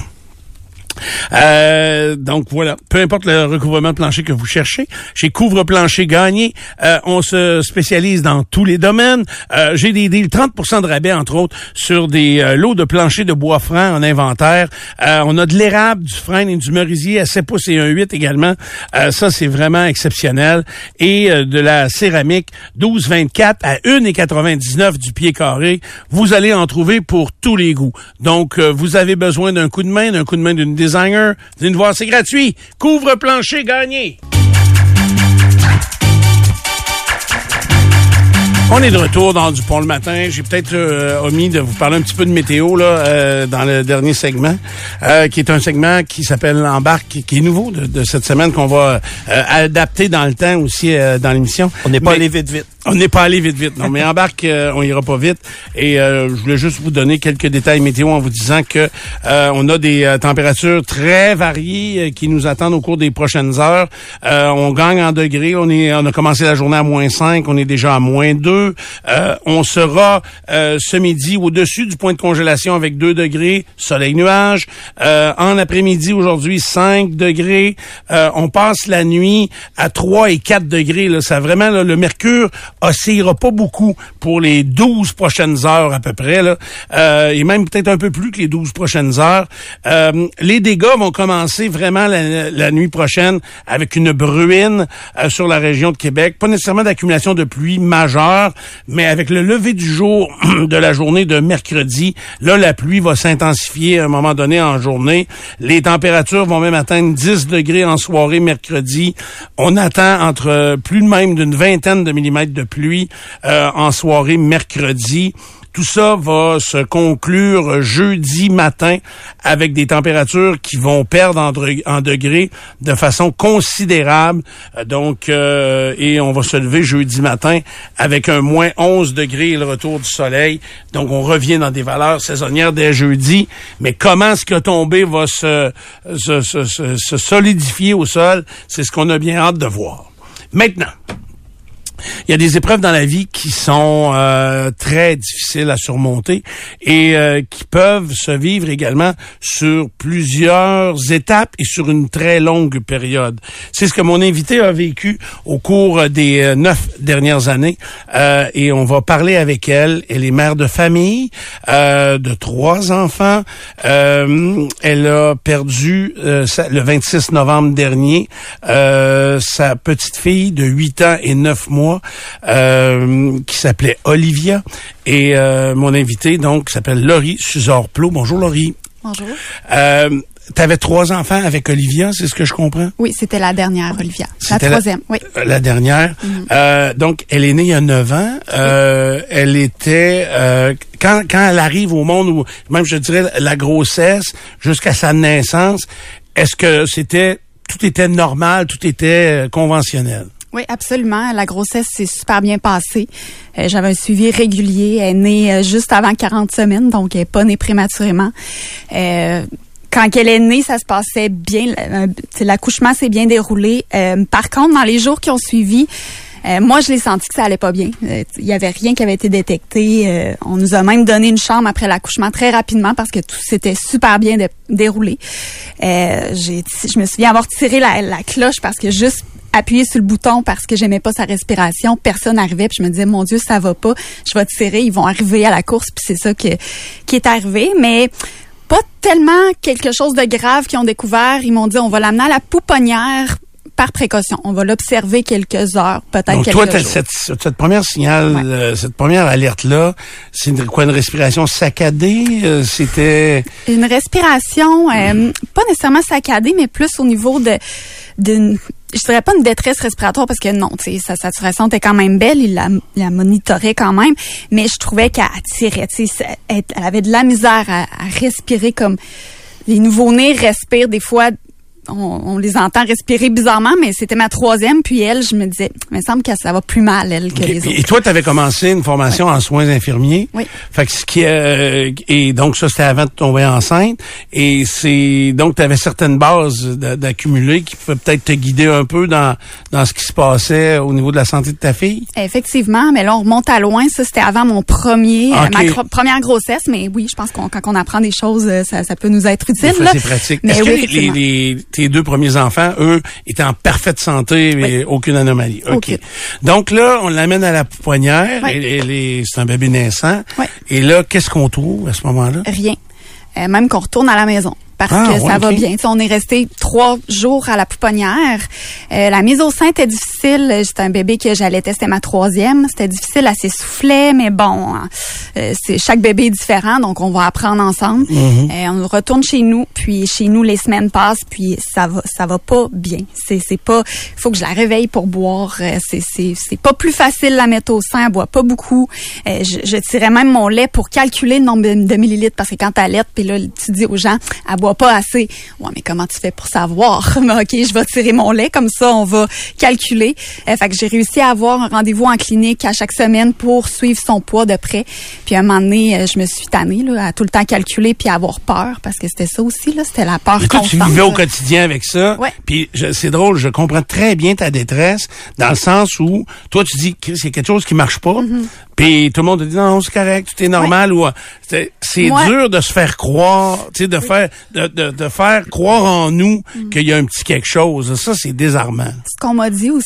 Donc voilà, peu importe le recouvrement de plancher que vous cherchez, chez Couvre-Plancher Gagné, on se spécialise dans tous les domaines. J'ai des deals 30% de rabais, entre autres, sur des lots de plancher de bois franc en inventaire. On a de l'érable, du frêne et du merisier à 7 pouces et 1,8 également. Ça, c'est vraiment exceptionnel. Et de la céramique 12,24 à 1,99 du pied carré. Vous allez en trouver pour tous les goûts. Donc, vous avez besoin d'un coup de main d'une designer, venez nous voir, c'est gratuit. Couvre-plancher Gagné. On est de retour dans Dupont le matin. J'ai peut-être omis de vous parler un petit peu de météo là dans le dernier segment, qui est un segment qui s'appelle l'embarque, qui est nouveau de cette semaine, qu'on va adapter dans le temps aussi dans l'émission. On n'est pas allé vite. On n'est pas allé vite. Non, mais embarque, on ira pas vite. Et je voulais juste vous donner quelques détails météo en vous disant que on a des températures très variées qui nous attendent au cours des prochaines heures. On gagne en degrés. On a commencé la journée à -5. On est déjà à -2. On sera ce midi au-dessus du point de congélation avec 2 degrés, soleil-nuage. En après-midi aujourd'hui, 5 degrés. On passe la nuit à 3 et 4 degrés. Là, ça vraiment, là, le mercure oscillera pas beaucoup pour les 12 prochaines heures à peu près, là, et même peut-être un peu plus que les 12 prochaines heures. Les dégâts vont commencer vraiment la nuit prochaine avec une bruine sur la région de Québec. Pas nécessairement d'accumulation de pluie majeure, mais avec le lever du jour de la journée de mercredi, là, la pluie va s'intensifier à un moment donné en journée. Les températures vont même atteindre 10 degrés en soirée mercredi. On attend entre plus de même d'une vingtaine de millimètres de pluie en soirée mercredi. Tout ça va se conclure jeudi matin avec des températures qui vont perdre en degrés de façon considérable. Donc, et on va se lever jeudi matin avec un moins 11 degrés et le retour du soleil. Donc, on revient dans des valeurs saisonnières dès jeudi. Mais comment ce qui a tombé va se solidifier au sol, c'est ce qu'on a bien hâte de voir. Maintenant, il y a des épreuves dans la vie qui sont très difficiles à surmonter et qui peuvent se vivre également sur plusieurs étapes et sur une très longue période. C'est ce que mon invité a vécu au cours des 9 dernières années et on va parler avec elle. Elle est mère de famille, de 3 enfants. Elle a perdu le 26 novembre dernier sa petite fille de 8 ans et 9 mois. Qui s'appelait Olivia et mon invité donc s'appelle Laurie Suzor-Plot. Bonjour Laurie. Bonjour. T'avais 3 enfants avec Olivia, c'est ce que je comprends? Oui, c'était la dernière Olivia. La 3e, oui. La dernière. Mm-hmm. Donc, elle est née il y a 9 ans. Elle était... quand elle arrive au monde, ou même je dirais la grossesse, jusqu'à sa naissance, est-ce que tout était normal, tout était conventionnel? Oui, absolument. La grossesse s'est super bien passée. J'avais un suivi régulier. Elle est née juste avant 40 semaines, donc elle n'est pas née prématurément. Quand elle est née, ça se passait bien. L'accouchement s'est bien déroulé. Par contre, dans les jours qui ont suivi, moi, je l'ai senti que ça allait pas bien. Il y avait rien qui avait été détecté. On nous a même donné une chambre après l'accouchement très rapidement parce que tout s'était super bien déroulé. Je me souviens avoir tiré la cloche parce que juste appuyer sur le bouton parce que j'aimais pas sa respiration, personne n'arrivait, puis je me disais mon Dieu, ça va pas, je vais tirer, ils vont arriver à la course, puis c'est ça qui est arrivé, mais pas tellement quelque chose de grave qu'ils ont découvert. Ils m'ont dit on va l'amener à la pouponnière par précaution. On va l'observer quelques heures, peut-être quelques jours. Donc toi, cette première cette première alerte-là, c'est quoi, une respiration saccadée? C'était... Une respiration, pas nécessairement saccadée, mais plus au niveau d'une... Je dirais pas une détresse respiratoire parce que non, tu sais, sa saturation était quand même belle, il la monitorait quand même, mais je trouvais qu'elle tirait, tu sais, elle avait de la misère à respirer comme les nouveau-nés respirent des fois. On les entend respirer bizarrement, mais c'était ma 3e, puis elle, je me disais, il me semble que ça va plus mal, elle, que les autres. Et toi, tu avais commencé une formation en soins infirmiers. Oui. Fait que et donc ça, c'était avant de tomber enceinte. Et donc tu avais certaines bases d'accumuler qui pouvaient peut-être te guider un peu dans ce qui se passait au niveau de la santé de ta fille. Effectivement, mais là, on remonte à loin. Ça, c'était avant ma première grossesse, mais oui, je pense quand on apprend des choses, ça peut nous être utile. C'est pratique. Mais est-ce que tes 2 premiers enfants, eux, étaient en parfaite santé et aucune anomalie? OK. Okay. Donc là, on l'amène à la pouponnière. Oui. C'est un bébé naissant. Oui. Et là, qu'est-ce qu'on trouve à ce moment-là? Rien. Même qu'on retourne à la maison. Parce que ça va bien. T'sais, on est resté 3 jours à la pouponnière. La mise au sein était difficile. C'était un bébé que j'allaitais, c'était ma 3e. C'était difficile, elle s'essoufflait, mais bon, chaque bébé est différent, donc on va apprendre ensemble. Mm-hmm. On retourne chez nous, puis chez nous les semaines passent, puis ça va pas bien. C'est pas, faut que je la réveille pour boire. C'est pas plus facile la mettre au sein, elle boit pas beaucoup. Je tirais même mon lait pour calculer le nombre de millilitres parce que quand t'allaites, puis là tu dis aux gens, elle boit pas assez. Ouais, mais comment tu fais pour savoir? Mais OK, je vais tirer mon lait, comme ça, on va calculer. Fait que j'ai réussi à avoir un rendez-vous en clinique à chaque semaine pour suivre son poids de près. Puis à un moment donné, je me suis tannée, là, à tout le temps calculer puis à avoir peur, parce que c'était ça aussi, là, c'était la peur constante. Tu vivais au quotidien avec ça. Ouais. Puis c'est drôle, je comprends très bien ta détresse, dans le sens où, toi, tu dis que c'est quelque chose qui marche pas. Mm-hmm. Puis tout le monde te dit non, c'est correct, tout est normal. Ouais. Ou c'est dur de se faire croire, tu sais, de faire croire en nous qu'il y a un petit quelque chose. Ça, c'est désarmant. Ce qu'on m'a dit aussi,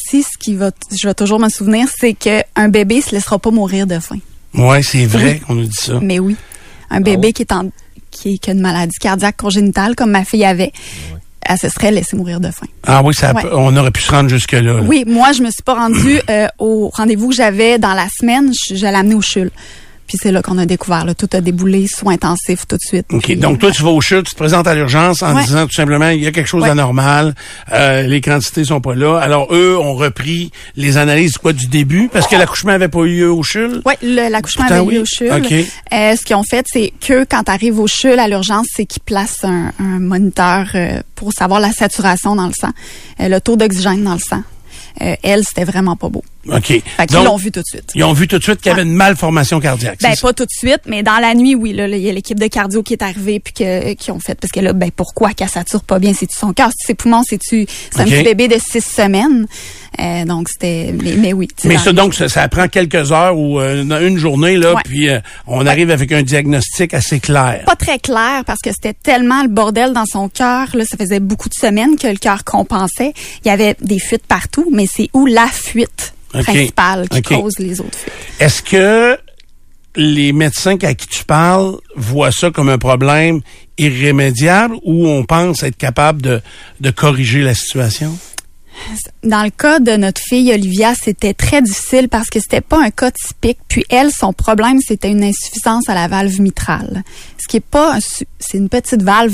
aussi, je vais toujours me souvenir, c'est qu'un bébé se laissera pas mourir de faim. Ouais, c'est vrai qu'on nous dit ça. Mais oui. Un bébé qui a une maladie cardiaque congénitale, comme ma fille avait, elle se serait laissée mourir de faim. Ah oui, on aurait pu se rendre jusque-là. Là. Oui, moi, je me suis pas rendue au rendez-vous que j'avais dans la semaine. Je l'ai amenée au CHUL. Puis c'est là qu'on a découvert, là, tout a déboulé, soins intensifs tout de suite. OK. Puis, donc, toi, tu vas au CHUL, tu te présentes à l'urgence en disant tout simplement, il y a quelque chose d'anormal, les quantités sont pas là. Alors, eux ont repris les analyses du début, parce que l'accouchement avait pas eu lieu au CHUL? Oui, l'accouchement avait eu lieu au CHUL. Okay. Ce qu'ils ont fait, c'est que quand tu arrives au CHUL à l'urgence, c'est qu'ils placent un moniteur pour savoir la saturation dans le sang, le taux d'oxygène dans le sang. Elle, c'était vraiment pas beau. OK. Fait qu'ils l'ont vu tout de suite. Ils ont vu tout de suite qu'il y avait une malformation cardiaque. Ben, pas tout de suite, mais dans la nuit, oui, là, il y a l'équipe de cardio qui est arrivée puis qui ont fait, parce que là, ben, pourquoi qu'elle sature pas bien? C'est-tu son cœur? C'est-tu ses poumons? C'est un petit bébé de 6 semaines. Donc, c'était, mais oui. Mais ça, donc, ça prend quelques heures ou une journée, là, puis on arrive avec un diagnostic assez clair. Pas très clair, parce que c'était tellement le bordel dans son cœur, là, ça faisait beaucoup de semaines que le cœur compensait. Il y avait des fuites partout, mais c'est où la fuite principale qui cause les autres fuites. Est-ce que les médecins à qui tu parles voient ça comme un problème irrémédiable ou on pense être capable de corriger la situation? Dans le cas de notre fille Olivia, c'était très difficile parce que c'était pas un cas typique. Puis elle, son problème, c'était une insuffisance à la valve mitrale. Ce qui est pas, c'est une petite valve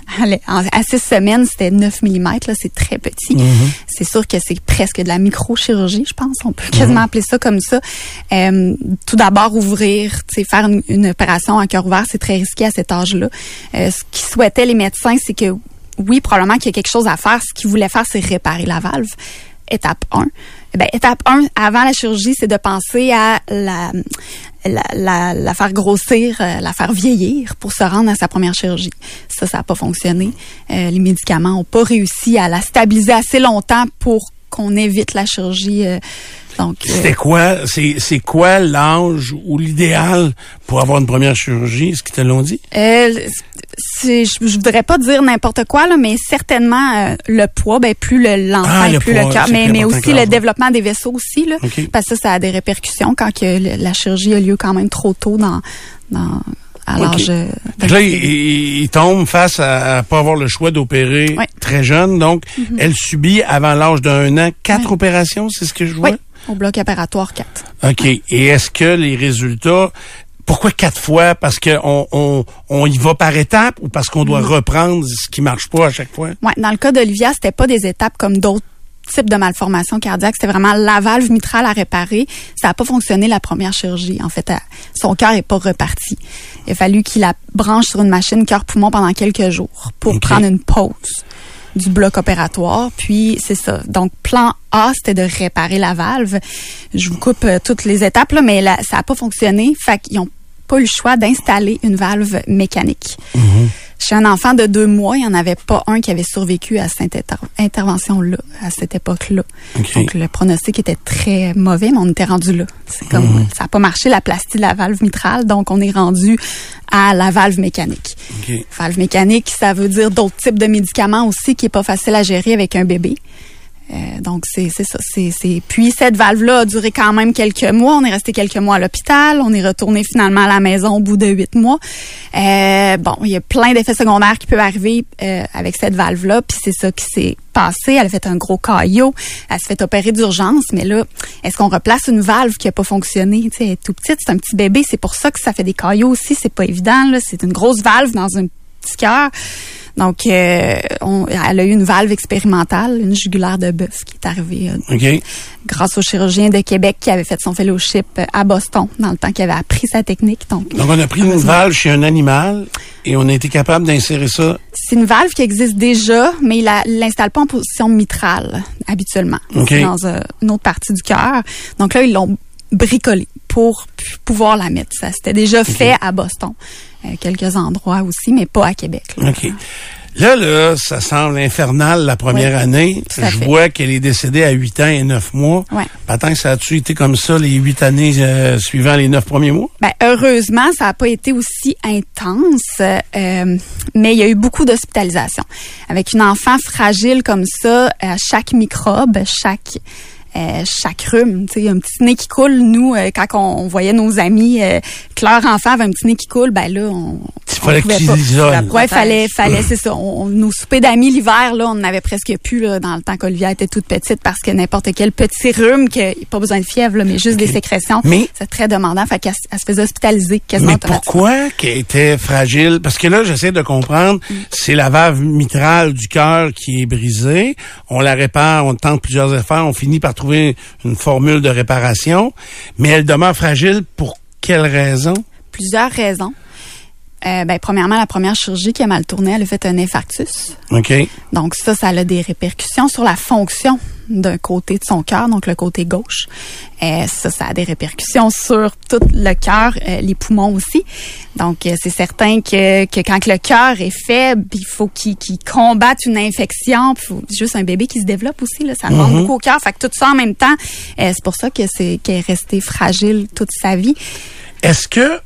à 6 semaines, c'était 9 mm, là, c'est très petit. Mm-hmm. C'est sûr que c'est presque de la microchirurgie, je pense. On peut quasiment appeler ça comme ça. Tout d'abord, faire une opération à cœur ouvert, c'est très risqué à cet âge-là. Ce qu'ils souhaitaient les médecins, c'est que oui, probablement qu'il y a quelque chose à faire. Ce qu'ils voulaient faire, c'est réparer la valve. Étape 1. Étape 1, avant la chirurgie, c'est de penser à la faire grossir, la faire vieillir pour se rendre à sa première chirurgie. Ça n'a pas fonctionné. Les médicaments n'ont pas réussi à la stabiliser assez longtemps pour qu'on évite la chirurgie. Donc, c'est quoi l'âge ou l'idéal pour avoir une première chirurgie? Est-ce qu'ils te l'ont dit? Je voudrais pas dire n'importe quoi, là, mais certainement le poids, plus l'enfant, plus le cœur, mais aussi le développement des vaisseaux aussi, là, parce que ça a des répercussions quand la chirurgie a lieu quand même trop tôt à l'âge. Là, il tombe face à pas avoir le choix d'opérer très jeune, donc elle subit avant l'âge d'1 an 4 opérations, c'est ce que je vois? Oui, au bloc opératoire 4. OK. Et est-ce que les résultats... Pourquoi 4 fois? Parce que on y va par étapes ou parce qu'on doit reprendre ce qui marche pas à chaque fois? Ouais, dans le cas d'Olivia, c'était pas des étapes comme d'autres types de malformations cardiaques. C'était vraiment la valve mitrale à réparer. Ça n'a pas fonctionné la première chirurgie. En fait, son cœur est pas reparti. Il a fallu qu'il la branche sur une machine cœur-poumon pendant quelques jours pour prendre une pause du bloc opératoire. Puis, c'est ça. Donc, plan A, c'était de réparer la valve. Je vous coupe toutes les étapes, là, mais ça n'a pas fonctionné. Fait qu'ils ont pas eu le choix d'installer une valve mécanique. Chez un enfant de 2 mois, il n'y en avait pas un qui avait survécu à cette intervention-là, à cette époque-là. Donc, le pronostic était très mauvais, mais on était rendu là. C'est comme, ça n'a pas marché, la plastie de la valve mitrale, donc on est rendu à la valve mécanique. Valve mécanique, ça veut dire d'autres types de médicaments aussi qui est pas facile à gérer avec un bébé. Donc, c'est ça. Puis, cette valve-là a duré quand même quelques mois. On est resté quelques mois à l'hôpital. On est retourné finalement à la maison au bout de 8 mois. Il y a plein d'effets secondaires qui peuvent arriver avec cette valve-là. Puis, c'est ça qui s'est passé. Elle a fait un gros caillot. Elle s'est fait opérer d'urgence. Mais là, est-ce qu'on replace une valve qui a pas fonctionné? Tu sais, elle est tout petite, c'est un petit bébé. C'est pour ça que ça fait des caillots aussi. C'est pas évident, là. C'est une grosse valve dans un petit cœur. Donc, elle a eu une valve expérimentale, une jugulaire de bœuf qui est arrivée grâce au chirurgien de Québec qui avait fait son fellowship à Boston dans le temps qu'il avait appris sa technique. Donc on a pris une valve chez un animal et on a été capable d'insérer ça. C'est une valve qui existe déjà, mais il l'installe pas en position mitrale habituellement. C'est dans une autre partie du cœur. Donc là, ils l'ont bricolée pour pouvoir la mettre. Ça s'était déjà fait à Boston. Quelques endroits aussi, mais pas à Québec. Là. OK. Là, ça semble infernal la première année. Je vois qu'elle est décédée à 8 ans et 9 mois. Tant que ça a-tu été comme ça les 8 années suivant les 9 premiers mois? Heureusement, ça n'a pas été aussi intense, mais il y a eu beaucoup d'hospitalisations. Avec une enfant fragile comme ça, chaque microbe, chaque chaque rhume. Tu sais, un petit nez qui coule, nous, quand on voyait nos amis que leur enfant avait un petit nez qui coule, ben là, il fallait que tu l'isoles. Ouais, fallait, c'est ça. Nos soupers d'amis l'hiver, là, on n'en avait presque plus, là, dans le temps qu'Olivia était toute petite, parce que n'importe quel petit rhume, pas besoin de fièvre, là, mais juste des sécrétions, c'est très demandant. Fait qu'elle se faisait hospitaliser quasiment automatiquement. Pourquoi qu'elle était fragile? Parce que là, j'essaie de comprendre, c'est la valve mitrale du cœur qui est brisée. On la répare, on tente plusieurs efforts, on finit par trouver une formule de réparation, mais elle demeure fragile pour quelle raison? Plusieurs raisons. Premièrement, la première chirurgie qui a mal tourné, elle a fait un infarctus. OK. Donc ça a des répercussions sur la fonction d'un côté de son cœur, donc le côté gauche. Ça a des répercussions sur tout le cœur, les poumons aussi. Donc c'est certain que quand le cœur est faible, il faut qu'il combatte une infection. Puis juste un bébé qui se développe aussi, là, ça demande beaucoup au cœur. Fait que tout ça en même temps, c'est pour ça qu'elle est restée fragile toute sa vie. Est-ce que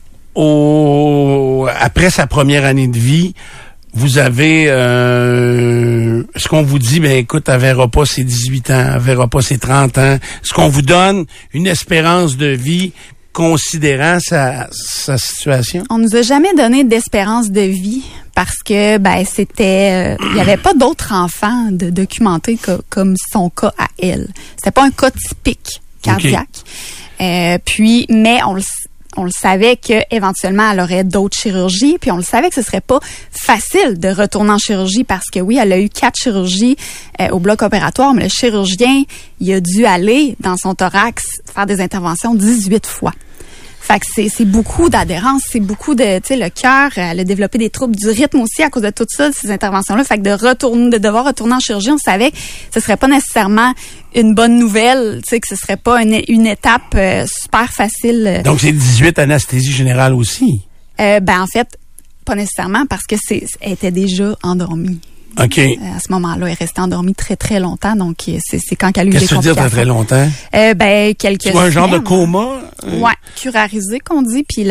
après sa première année de vie, vous avez est-ce qu'on vous dit écoute, elle verra pas ses 18 ans, elle verra pas ses 30 ans? Est-ce qu'on vous donne une espérance de vie considérant sa situation? On nous a jamais donné d'espérance de vie parce que c'était il y avait pas d'autres enfants de documentés comme son cas à elle. C'était pas un cas typique cardiaque. Okay. Mais on le savait qu'éventuellement, elle aurait d'autres chirurgies, puis on le savait que ce serait pas facile de retourner en chirurgie parce que oui, elle a eu 4 chirurgies au bloc opératoire, mais le chirurgien, il a dû aller dans son thorax faire des interventions 18 fois. Fait que c'est beaucoup d'adhérence, c'est beaucoup de, tu sais, le cœur, elle a développé des troubles du rythme aussi à cause de tout ça, de ces interventions-là. Fait que de devoir retourner en chirurgie, on savait que ce serait pas nécessairement une bonne nouvelle, tu sais, que ce serait pas une étape super facile. Donc c'est 18 anesthésie générale aussi? En fait, pas nécessairement parce que elle était déjà endormie. OK. À ce moment-là, elle est restée endormie très, très longtemps. Donc, c'est quand qu'elle a eu des complications. Qu'est-ce que tu veux dire très longtemps? Quelques semaines. Un genre de coma? Ouais, curarisé qu'on dit. Puis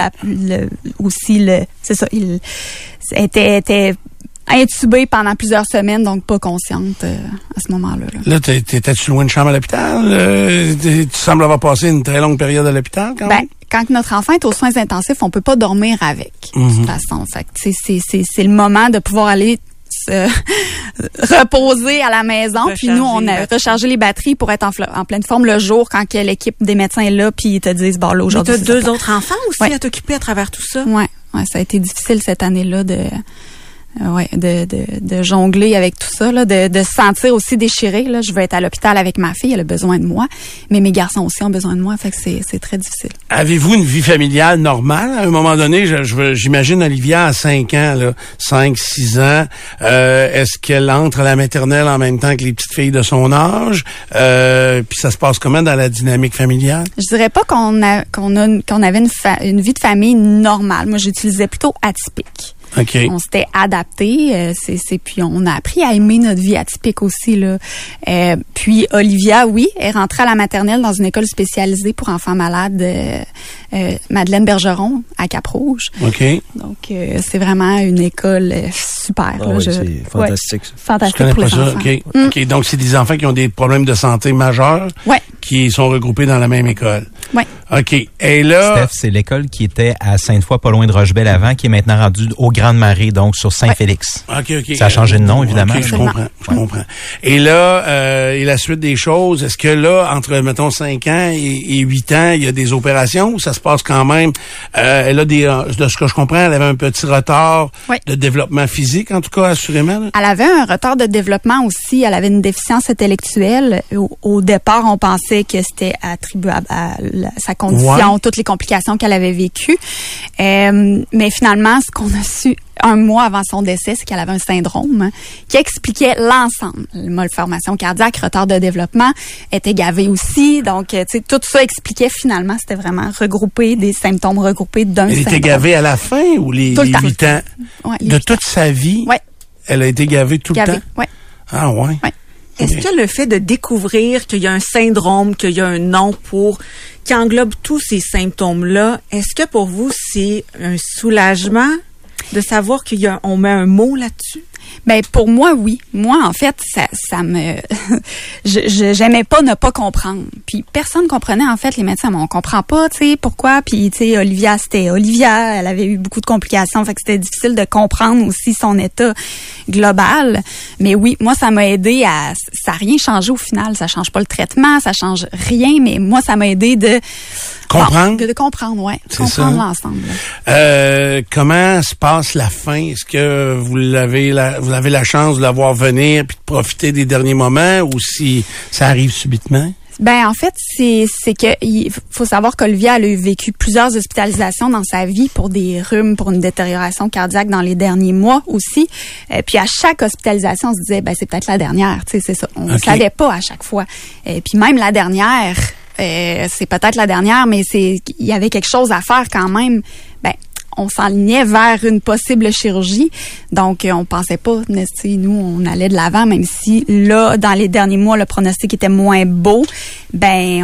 c'est ça, elle était intubée pendant plusieurs semaines, donc pas consciente à ce moment-là. Là, t'étais-tu loin de chambre à l'hôpital? Tu sembles avoir passé une très longue période à l'hôpital quand même? Quand notre enfant est aux soins intensifs, on peut pas dormir avec, de toute façon. Fait que, c'est le moment de pouvoir aller se reposer à la maison. Puis nous, on a rechargé les batteries pour être en pleine forme le jour quand l'équipe des médecins est là, puis ils te disent, là, aujourd'hui. Mais t'as 2 autres enfants aussi à t'occuper à travers tout ça? Ouais, ça a été difficile cette année-là de jongler avec tout ça, là, de se sentir aussi déchirée. Là. Je veux être à l'hôpital avec ma fille, elle a besoin de moi, mais mes garçons aussi ont besoin de moi, fait que c'est très difficile. Avez-vous une vie familiale normale? À un moment donné, j'imagine Olivia à 5 ans, là, 5, 6 ans. Est-ce qu'elle entre à la maternelle en même temps que les petites filles de son âge? Puis ça se passe comment dans la dynamique familiale? Je dirais pas qu'on avait une vie de famille normale. Moi, j'utilisais plutôt atypique. Okay. On s'était adapté, puis on a appris à aimer notre vie atypique aussi là. Puis Olivia, oui, est rentrée à la maternelle dans une école spécialisée pour enfants malades, Madeleine Bergeron à Cap-Rouge. OK. Donc c'est vraiment une école super. Oh, là, c'est fantastique. Fantastique je connais pour pas les ça. enfants. OK. Donc c'est des enfants qui ont des problèmes de santé majeurs, qui sont regroupés dans la même école. Oui. OK. Et là, Steph, c'est l'école qui était à Sainte-Foy, pas loin de Rochebelle avant, qui est maintenant rendue aux Grandes-Maries, donc sur Saint-Félix. OK. Ça a changé de nom, évidemment. OK, je comprends. Et là, et la suite des choses, est-ce que là, entre, mettons, 5 ans et 8 ans, il y a des opérations ou ça se passe quand même? Elle a de ce que je comprends, elle avait un petit retard de développement physique, en tout cas, assurément. Là. Elle avait un retard de développement aussi. Elle avait une déficience intellectuelle. Au départ, on pensait que c'était attribuable à sa condition, toutes les complications qu'elle avait vécues. Mais finalement, ce qu'on a su un mois avant son décès, c'est qu'elle avait un syndrome qui expliquait l'ensemble. Malformation cardiaque, retard de développement, était gavée aussi. Donc, tu sais, tout ça expliquait finalement, c'était vraiment regroupé, des symptômes regroupés d'un syndrome. Elle était gavée à la fin ou les 8 ans? Ouais, de toute sa vie? Oui. Elle a été gavée tout le temps? Oui. Ah, ouais. Oui. Est-ce que le fait de découvrir qu'il y a un syndrome, qu'il y a un nom qui englobe tous ces symptômes-là, est-ce que pour vous, c'est un soulagement de savoir qu'on met un mot là-dessus? Ben pour moi, oui. Moi, en fait, ça me... j'aimais pas ne pas comprendre. Puis personne comprenait, en fait, les médecins. On comprend pas, tu sais, pourquoi. Puis, tu sais, Olivia, elle avait eu beaucoup de complications. Fait que c'était difficile de comprendre aussi son état global. Mais oui, moi, ça m'a aidé à... Ça n'a rien changé au final. Ça change pas le traitement, ça change rien. Mais moi, ça m'a aidé de... Comprendre? De comprendre, oui. C'est comprendre ça. l'ensemble. Comment se passe la fin? Est-ce que vous avez la chance de la voir venir puis de profiter des derniers moments ou si ça arrive subitement? Ben en fait, c'est que il faut savoir qu'Olivia a vécu plusieurs hospitalisations dans sa vie pour des rhumes, pour une détérioration cardiaque dans les derniers mois aussi. Puis à chaque hospitalisation, on se disait ben c'est peut-être la dernière, tu sais, c'est ça. On savait pas à chaque fois. Puis même la dernière, c'est peut-être la dernière, mais il y avait quelque chose à faire quand même. Ben on s'enlignait vers une possible chirurgie. Donc, on pensait pas, nous, on allait de l'avant, même si là, dans les derniers mois, le pronostic était moins beau. Ben,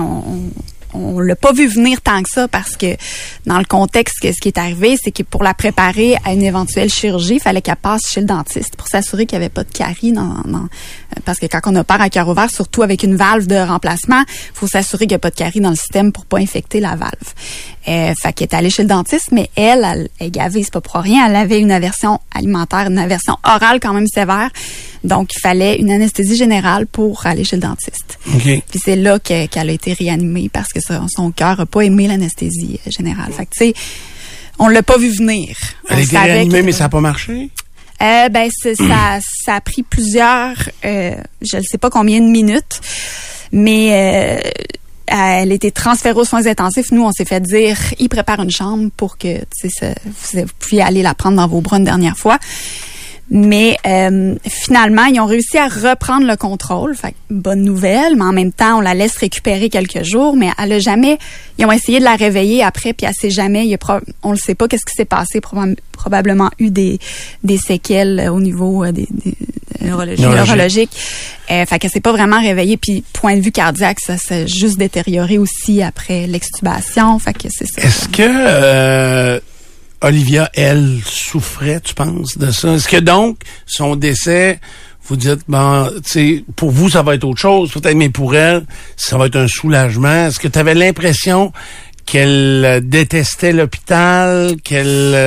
on l'a pas vu venir tant que ça parce que dans le contexte, ce qui est arrivé, c'est que pour la préparer à une éventuelle chirurgie, il fallait qu'elle passe chez le dentiste pour s'assurer qu'il n'y avait pas de caries parce que quand on opère à cœur ouvert, surtout avec une valve de remplacement, il faut s'assurer qu'il n'y a pas de caries dans le système pour pas infecter la valve. Fait qu'elle est allée chez le dentiste, mais elle est gavée, c'est pas pour rien. Elle avait une aversion alimentaire, une aversion orale quand même sévère. Donc, il fallait une anesthésie générale pour aller chez le dentiste. Okay. Puis c'est là qu'elle a été réanimée parce que son cœur a pas aimé l'anesthésie générale. Fait que, tu sais, on l'a pas vu venir. Elle a été réanimée, mais ça a pas marché? Ben, ça a pris plusieurs, je ne sais pas combien de minutes, mais elle a été transférée aux soins intensifs. Nous, on s'est fait dire, il prépare une chambre pour que vous puissiez aller la prendre dans vos bras une dernière fois. Mais finalement, ils ont réussi à reprendre le contrôle. Fait que, bonne nouvelle, mais en même temps, on la laisse récupérer quelques jours. Mais elle a jamais... Ils ont essayé de la réveiller après, puis elle s'est jamais... on ne sait pas qu'est-ce qui s'est passé. Probablement eu des séquelles au niveau des neurologiques. Fait qu'elle s'est pas vraiment réveillée. Puis, point de vue cardiaque, ça s'est juste détérioré aussi après l'extubation. Fait que c'est ça. Est-ce que... Olivia, elle, souffrait, tu penses, de ça? Est-ce que donc, son décès, vous dites, bon, tu sais, pour vous, ça va être autre chose, peut-être, mais pour elle, ça va être un soulagement. Est-ce que tu avais l'impression qu'elle détestait l'hôpital, qu'elle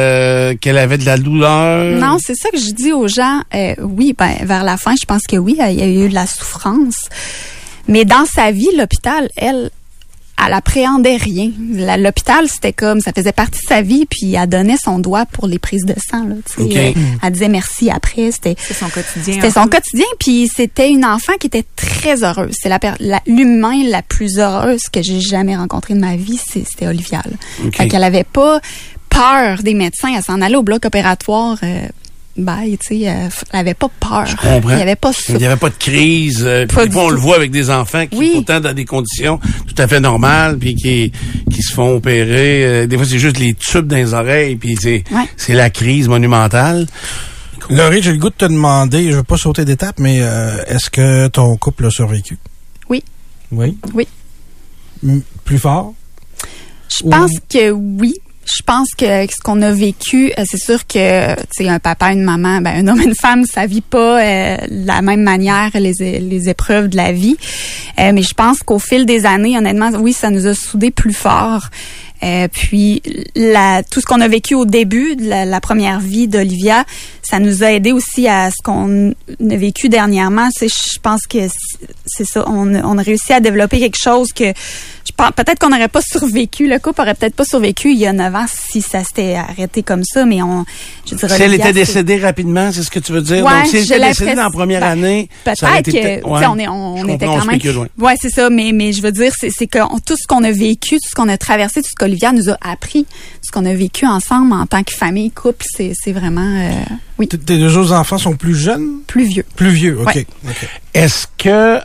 avait de la douleur? Non, c'est ça que je dis aux gens. Oui, ben, vers la fin, je pense que oui, il y a eu de la souffrance. Mais dans sa vie, l'hôpital, elle appréhendait rien. L'hôpital, c'était comme, ça faisait partie de sa vie, puis elle donnait son doigt pour les prises de sang, là, tu sais. Okay. Elle disait merci après. C'est son quotidien. C'était son quotidien, puis c'était une enfant qui était très heureuse. C'est l'humain la plus heureuse que j'ai jamais rencontrée de ma vie, c'était Olivia, là. Okay. Fait qu'elle avait pas peur des médecins. Elle s'en allait au bloc opératoire, tu sais, elle avait pas peur. Je comprends. Il y avait pas Il y avait pas de crise. Puis on le voit avec des enfants qui, pourtant, dans des conditions tout à fait normales, puis qui se font opérer. Des fois, c'est juste les tubes dans les oreilles, puis c'est la crise monumentale. Laurie, j'ai le goût de te demander, je veux pas sauter d'étape, mais est-ce que ton couple a survécu? Oui. Oui? Oui. Plus fort? Je pense que oui. Je pense que ce qu'on a vécu, c'est sûr que tu sais, un papa, une maman, ben un homme, une femme, ça vit pas de la même manière les épreuves de la vie. Mais je pense qu'au fil des années, honnêtement, oui, ça nous a soudés plus fort. Puis tout ce qu'on a vécu au début de la première vie d'Olivia, ça nous a aidé aussi à ce qu'on a vécu dernièrement. Je pense que c'est ça. On a réussi à développer quelque chose que peut-être qu'on n'aurait pas survécu. Le couple aurait peut-être pas survécu il y a 9 ans si ça s'était arrêté comme ça. Mais je dirais. Si elle était décédée rapidement, c'est ce que tu veux dire? Ouais, donc, si elle était décédée dans la première année, peut-être ça aurait été que on était quand même. Ouais, c'est ça. Mais je veux dire, c'est que tout ce qu'on a vécu, tout ce qu'on a traversé, tout ce qu'Olivia nous a appris, ce qu'on a vécu ensemble en tant que famille, couple, c'est vraiment. Oui. Tes deux autres enfants sont plus jeunes? Plus vieux. Plus vieux, OK. Ouais. Okay. Est-ce que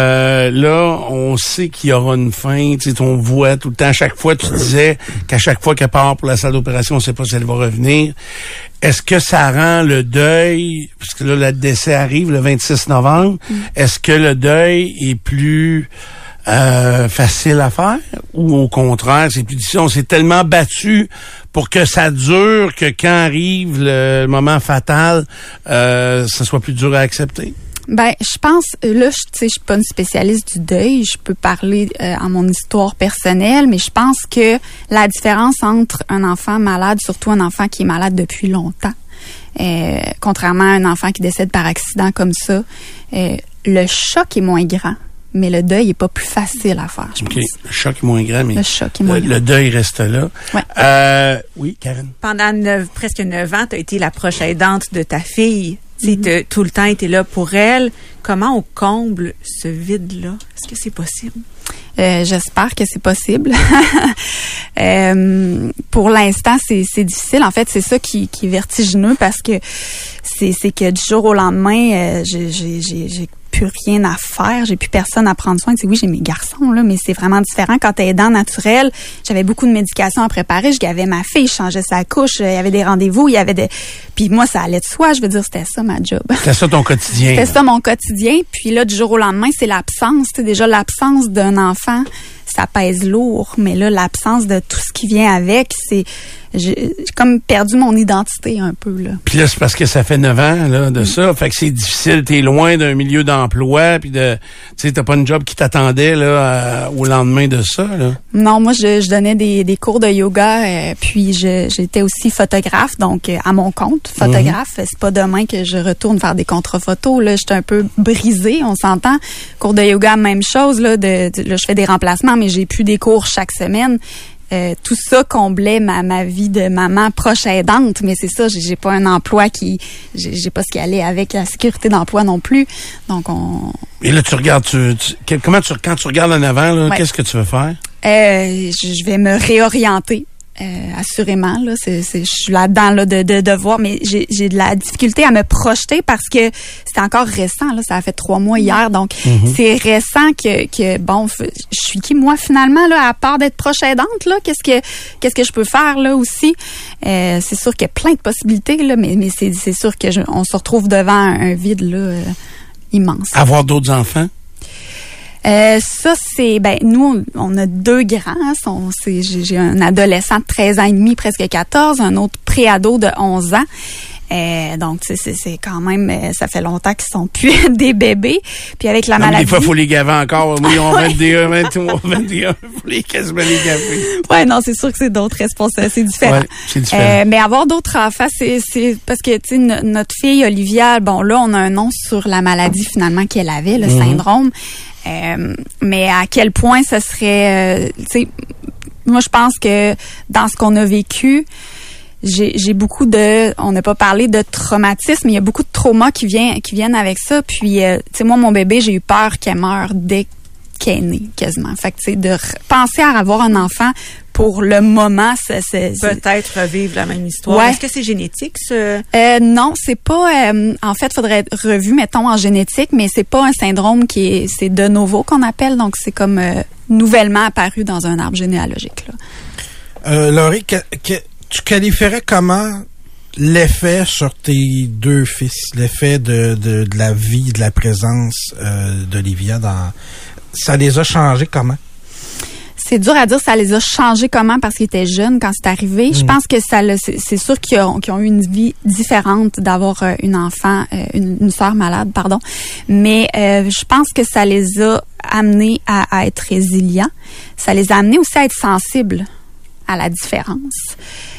là, on sait qu'il y aura une fin, tu sais, on voit tout le temps, à chaque fois, tu disais qu'à chaque fois qu'elle part pour la salle d'opération, on sait pas si elle va revenir. Est-ce que ça rend le deuil, parce que là, le décès arrive le 26 novembre, est-ce que le deuil est plus facile à faire ou au contraire, c'est plus difficile? On s'est tellement battu pour que ça dure que quand arrive le moment fatal, ça soit plus dur à accepter? Ben, je pense, là, je suis pas une spécialiste du deuil. Je peux parler à mon histoire personnelle, mais je pense que la différence entre un enfant malade, surtout un enfant qui est malade depuis longtemps, contrairement à un enfant qui décède par accident comme ça, le choc est moins grand, mais le deuil est pas plus facile à faire, je pense. Le choc est moins grand, mais le choc est moins grand. Le deuil reste là. Ouais. Oui, Karen? Pendant presque 9 ans, tu as été la proche aidante de ta fille. Mm-hmm. Tout le temps été là pour elle. Comment on comble ce vide-là? Est-ce que c'est possible? J'espère que c'est possible. Pour l'instant, c'est difficile. En fait, c'est ça qui est vertigineux parce que c'est que du jour au lendemain, j'ai plus rien à faire, j'ai plus personne à prendre soin. Oui, j'ai mes garçons là, mais c'est vraiment différent quand t'es aidant naturel. J'avais beaucoup de médications à préparer, je gavais ma fille, je changeais sa couche, il y avait des rendez-vous, il y avait puis moi ça allait de soi, je veux dire c'était ça ma job. C'était ça ton quotidien. C'était ça mon quotidien, puis là du jour au lendemain, c'est l'absence, déjà l'absence d'un enfant, ça pèse lourd, mais là l'absence de tout ce qui vient avec, j'ai comme perdu mon identité un peu, là. Puis là, c'est parce que ça fait 9 ans, là, de ça. Fait que c'est difficile. T'es loin d'un milieu d'emploi, puis tu sais, t'as pas une job qui t'attendait, là, au lendemain de ça, là. Non, moi, je donnais des cours de yoga, puis j'étais aussi photographe, donc à mon compte, photographe. C'est pas demain que je retourne faire des contre-photos, là. J'étais un peu brisée, on s'entend. Cours de yoga, même chose, là. Là, je fais des remplacements, mais j'ai plus des cours chaque semaine. Tout ça comblait ma vie de maman proche aidante, mais c'est ça, j'ai pas un emploi j'ai pas ce qui allait avec la sécurité d'emploi non plus. Donc Et là tu regardes, quand tu regardes en avant, là, ouais. Qu'est-ce que tu veux faire? Je vais me réorienter. Assurément, là, je suis là-dedans là, de voir, mais j'ai de la difficulté à me projeter parce que c'est encore récent, là, ça a fait 3 mois hier, donc c'est récent que bon, je suis qui moi finalement là, à part d'être proche aidante là, qu'est-ce que je peux faire là aussi? C'est sûr qu'il y a plein de possibilités là, mais c'est sûr que on se retrouve devant un vide là immense. Avoir d'autres enfants? Ça, c'est, nous, on a 2 grands. J'ai un adolescent de 13 ans et demi, presque 14, un autre pré-ado de 11 ans. Donc, c'est quand même, ça fait longtemps qu'ils sont plus des bébés. Puis avec la maladie. Des fois, il faut les gaver encore. Oui, on 21, 23, 21. Il faut les quasiment les gaver. Ouais, non, c'est sûr que c'est d'autres responsabilités. C'est différent. Ouais, c'est différent. Mais avoir d'autres enfants, c'est parce que, tu sais, notre fille, Olivia, bon, là, on a un nom sur la maladie, finalement, qu'elle avait, le syndrome. Mais à quel point ça serait, tu sais, moi je pense que dans ce qu'on a vécu, j'ai beaucoup on n'a pas parlé de traumatisme, mais il y a beaucoup de traumas qui viennent avec ça. Puis, tu sais, moi mon bébé, j'ai eu peur qu'elle meure dès qu'elle est née, quasiment. Fait que tu sais, de penser à avoir un enfant pour le moment, c'est peut-être revivre la même histoire. Ouais. Est-ce que c'est génétique, ce? Non, c'est pas. En fait, faudrait être revu, mettons, en génétique, mais c'est pas un syndrome c'est de novo qu'on appelle, donc c'est comme nouvellement apparu dans un arbre généalogique. Là. Laurie, tu qualifierais comment l'effet sur tes 2 fils, l'effet de la vie, de la présence d'Olivia ça les a changés comment? C'est dur à dire ça les a changés comment parce qu'ils étaient jeunes quand c'est arrivé. Je pense que c'est sûr qu'ils ont eu une vie différente d'avoir une enfant, une sœur malade, pardon. Mais je pense que ça les a amenés à être résilients. Ça les a amenés aussi à être sensibles à la différence.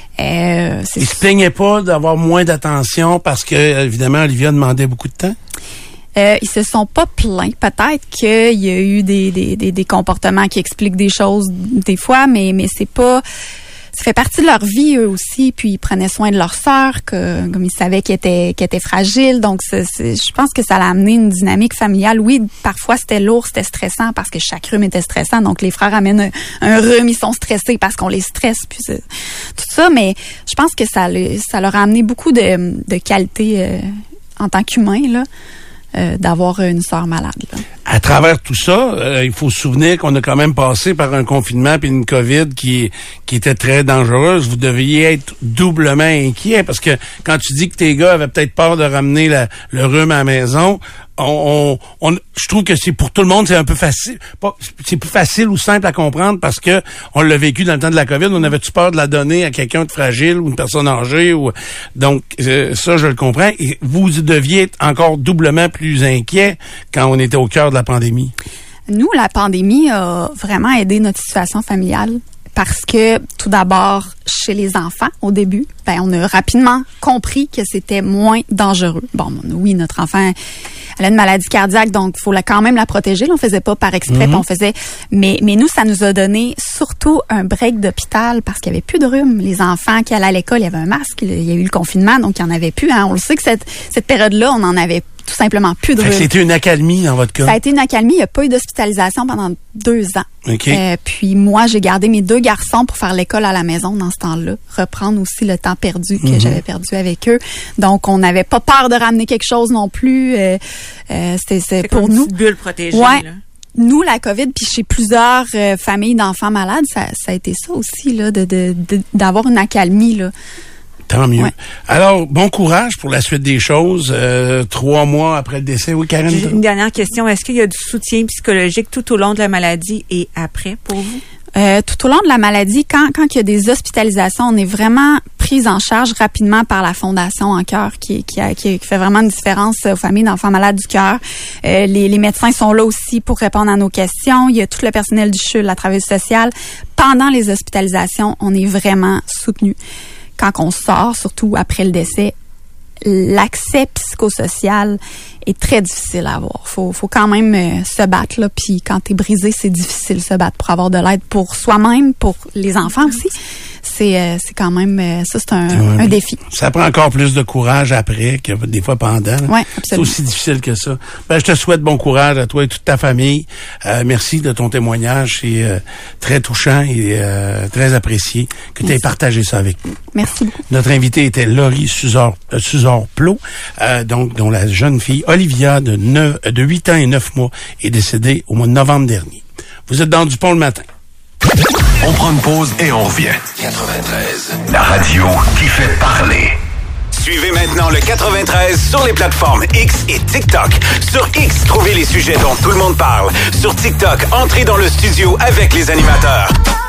Ils se plaignaient pas d'avoir moins d'attention parce que, évidemment, Olivia demandait beaucoup de temps? Ils se sont pas plaints. Peut-être qu'il y a eu des comportements qui expliquent des choses des fois, mais c'est pas. Ça fait partie de leur vie eux aussi. Puis ils prenaient soin de leur sœur, comme ils savaient qu'elle était fragile. Donc je pense que ça l'a amené une dynamique familiale. Oui, parfois c'était lourd, c'était stressant parce que chaque rhume était stressant. Donc les frères amènent un rhume, ils sont stressés parce qu'on les stresse. Puis tout ça, mais je pense que ça leur a amené beaucoup de qualités en tant qu'humain là. D'avoir une sœur malade. Là. À travers tout ça, il faut se souvenir qu'on a quand même passé par un confinement puis une COVID qui était très dangereuse. Vous deviez être doublement inquiet parce que quand tu dis que tes gars avaient peut-être peur de ramener le rhume à la maison, je trouve que c'est pour tout le monde, c'est un peu facile. C'est plus facile ou simple à comprendre parce que on l'a vécu dans le temps de la COVID. On avait-tu peur de la donner à quelqu'un de fragile ou une personne âgée? Donc, ça, je le comprends. Et vous deviez être encore doublement plus inquiet quand on était au cœur de la pandémie. Nous, la pandémie a vraiment aidé notre situation familiale. Parce que, tout d'abord, chez les enfants, au début, on a rapidement compris que c'était moins dangereux. Bon, oui, notre enfant, elle a une maladie cardiaque, donc il faut quand même la protéger. Là, on faisait pas par exprès, on faisait... Mais nous, ça nous a donné surtout un break d'hôpital parce qu'il y avait plus de rhume. Les enfants qui allaient à l'école, il y avait un masque, il y a eu le confinement, donc il n'y en avait plus. Hein. On le sait que cette période-là, on en avait tout simplement plus de rhume. C'était une accalmie dans votre cas? Ça a été une accalmie. Il n'y a pas eu d'hospitalisation pendant 2 ans. Okay. Puis moi, j'ai gardé mes 2 garçons pour faire l'école à la maison dans ce temps-là. Reprendre aussi le temps perdu que j'avais perdu avec eux. Donc, on n'avait pas peur de ramener quelque chose non plus. C'est pour nous. Une petite bulle protégée. Ouais. Là. Nous, la COVID, puis chez plusieurs familles d'enfants malades, ça a été ça aussi, là, d'avoir une accalmie, là. Tant mieux. Ouais. Alors, bon courage pour la suite des choses. 3 mois après le décès. Oui, Karen? J'ai une dernière question. Est-ce qu'il y a du soutien psychologique tout au long de la maladie et après pour vous? Tout au long de la maladie, quand il y a des hospitalisations, on est vraiment prise en charge rapidement par la Fondation En Cœur qui fait vraiment une différence aux familles d'enfants malades du cœur. Les médecins sont là aussi pour répondre à nos questions. Il y a tout le personnel du CHUL, la travailleuse sociale. Pendant les hospitalisations, on est vraiment soutenu. Quand on sort, surtout après le décès, l'accès psychosocial est très difficile à avoir. Faut quand même se battre, là. Puis quand t'es brisé, c'est difficile de se battre pour avoir de l'aide pour soi-même, pour les enfants aussi. C'est quand même, ça c'est un défi. Ça prend encore plus de courage après que des fois pendant. Oui, absolument. C'est aussi difficile que ça. Je te souhaite bon courage à toi et toute ta famille. Merci de ton témoignage. C'est très touchant et très apprécié que tu aies partagé ça avec nous. Merci beaucoup. Notre invitée était Laurie Suzor-Plot, dont la jeune fille Olivia de 8 ans et 9 mois est décédée au mois de novembre dernier. Vous êtes dans Dupont le matin. On prend une pause et on revient. 93, la radio qui fait parler. Suivez maintenant le 93 sur les plateformes X et TikTok. Sur X, trouvez les sujets dont tout le monde parle. Sur TikTok, entrez dans le studio avec les animateurs.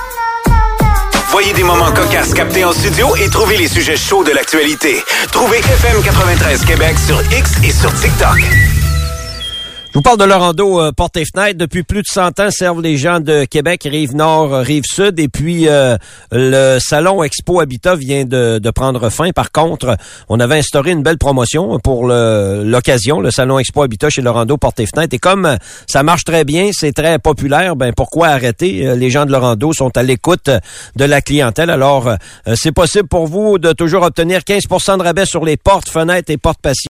Voyez des moments cocasses captés en studio et trouvez les sujets chauds de l'actualité. Trouvez FM 93 Québec sur X et sur TikTok. Je vous parle de Lorando Portes et Fenêtres. Depuis plus de 100 ans, servent les gens de Québec, Rive-Nord, Rive-Sud. Et puis, le salon Expo Habitat vient de prendre fin. Par contre, on avait instauré une belle promotion pour l'occasion, le salon Expo Habitat chez Lorando Portes et Fenêtres. Et comme ça marche très bien, c'est très populaire, pourquoi arrêter? Les gens de Lorando sont à l'écoute de la clientèle. Alors, c'est possible pour vous de toujours obtenir 15% de rabais sur les portes, fenêtres et portes-patios.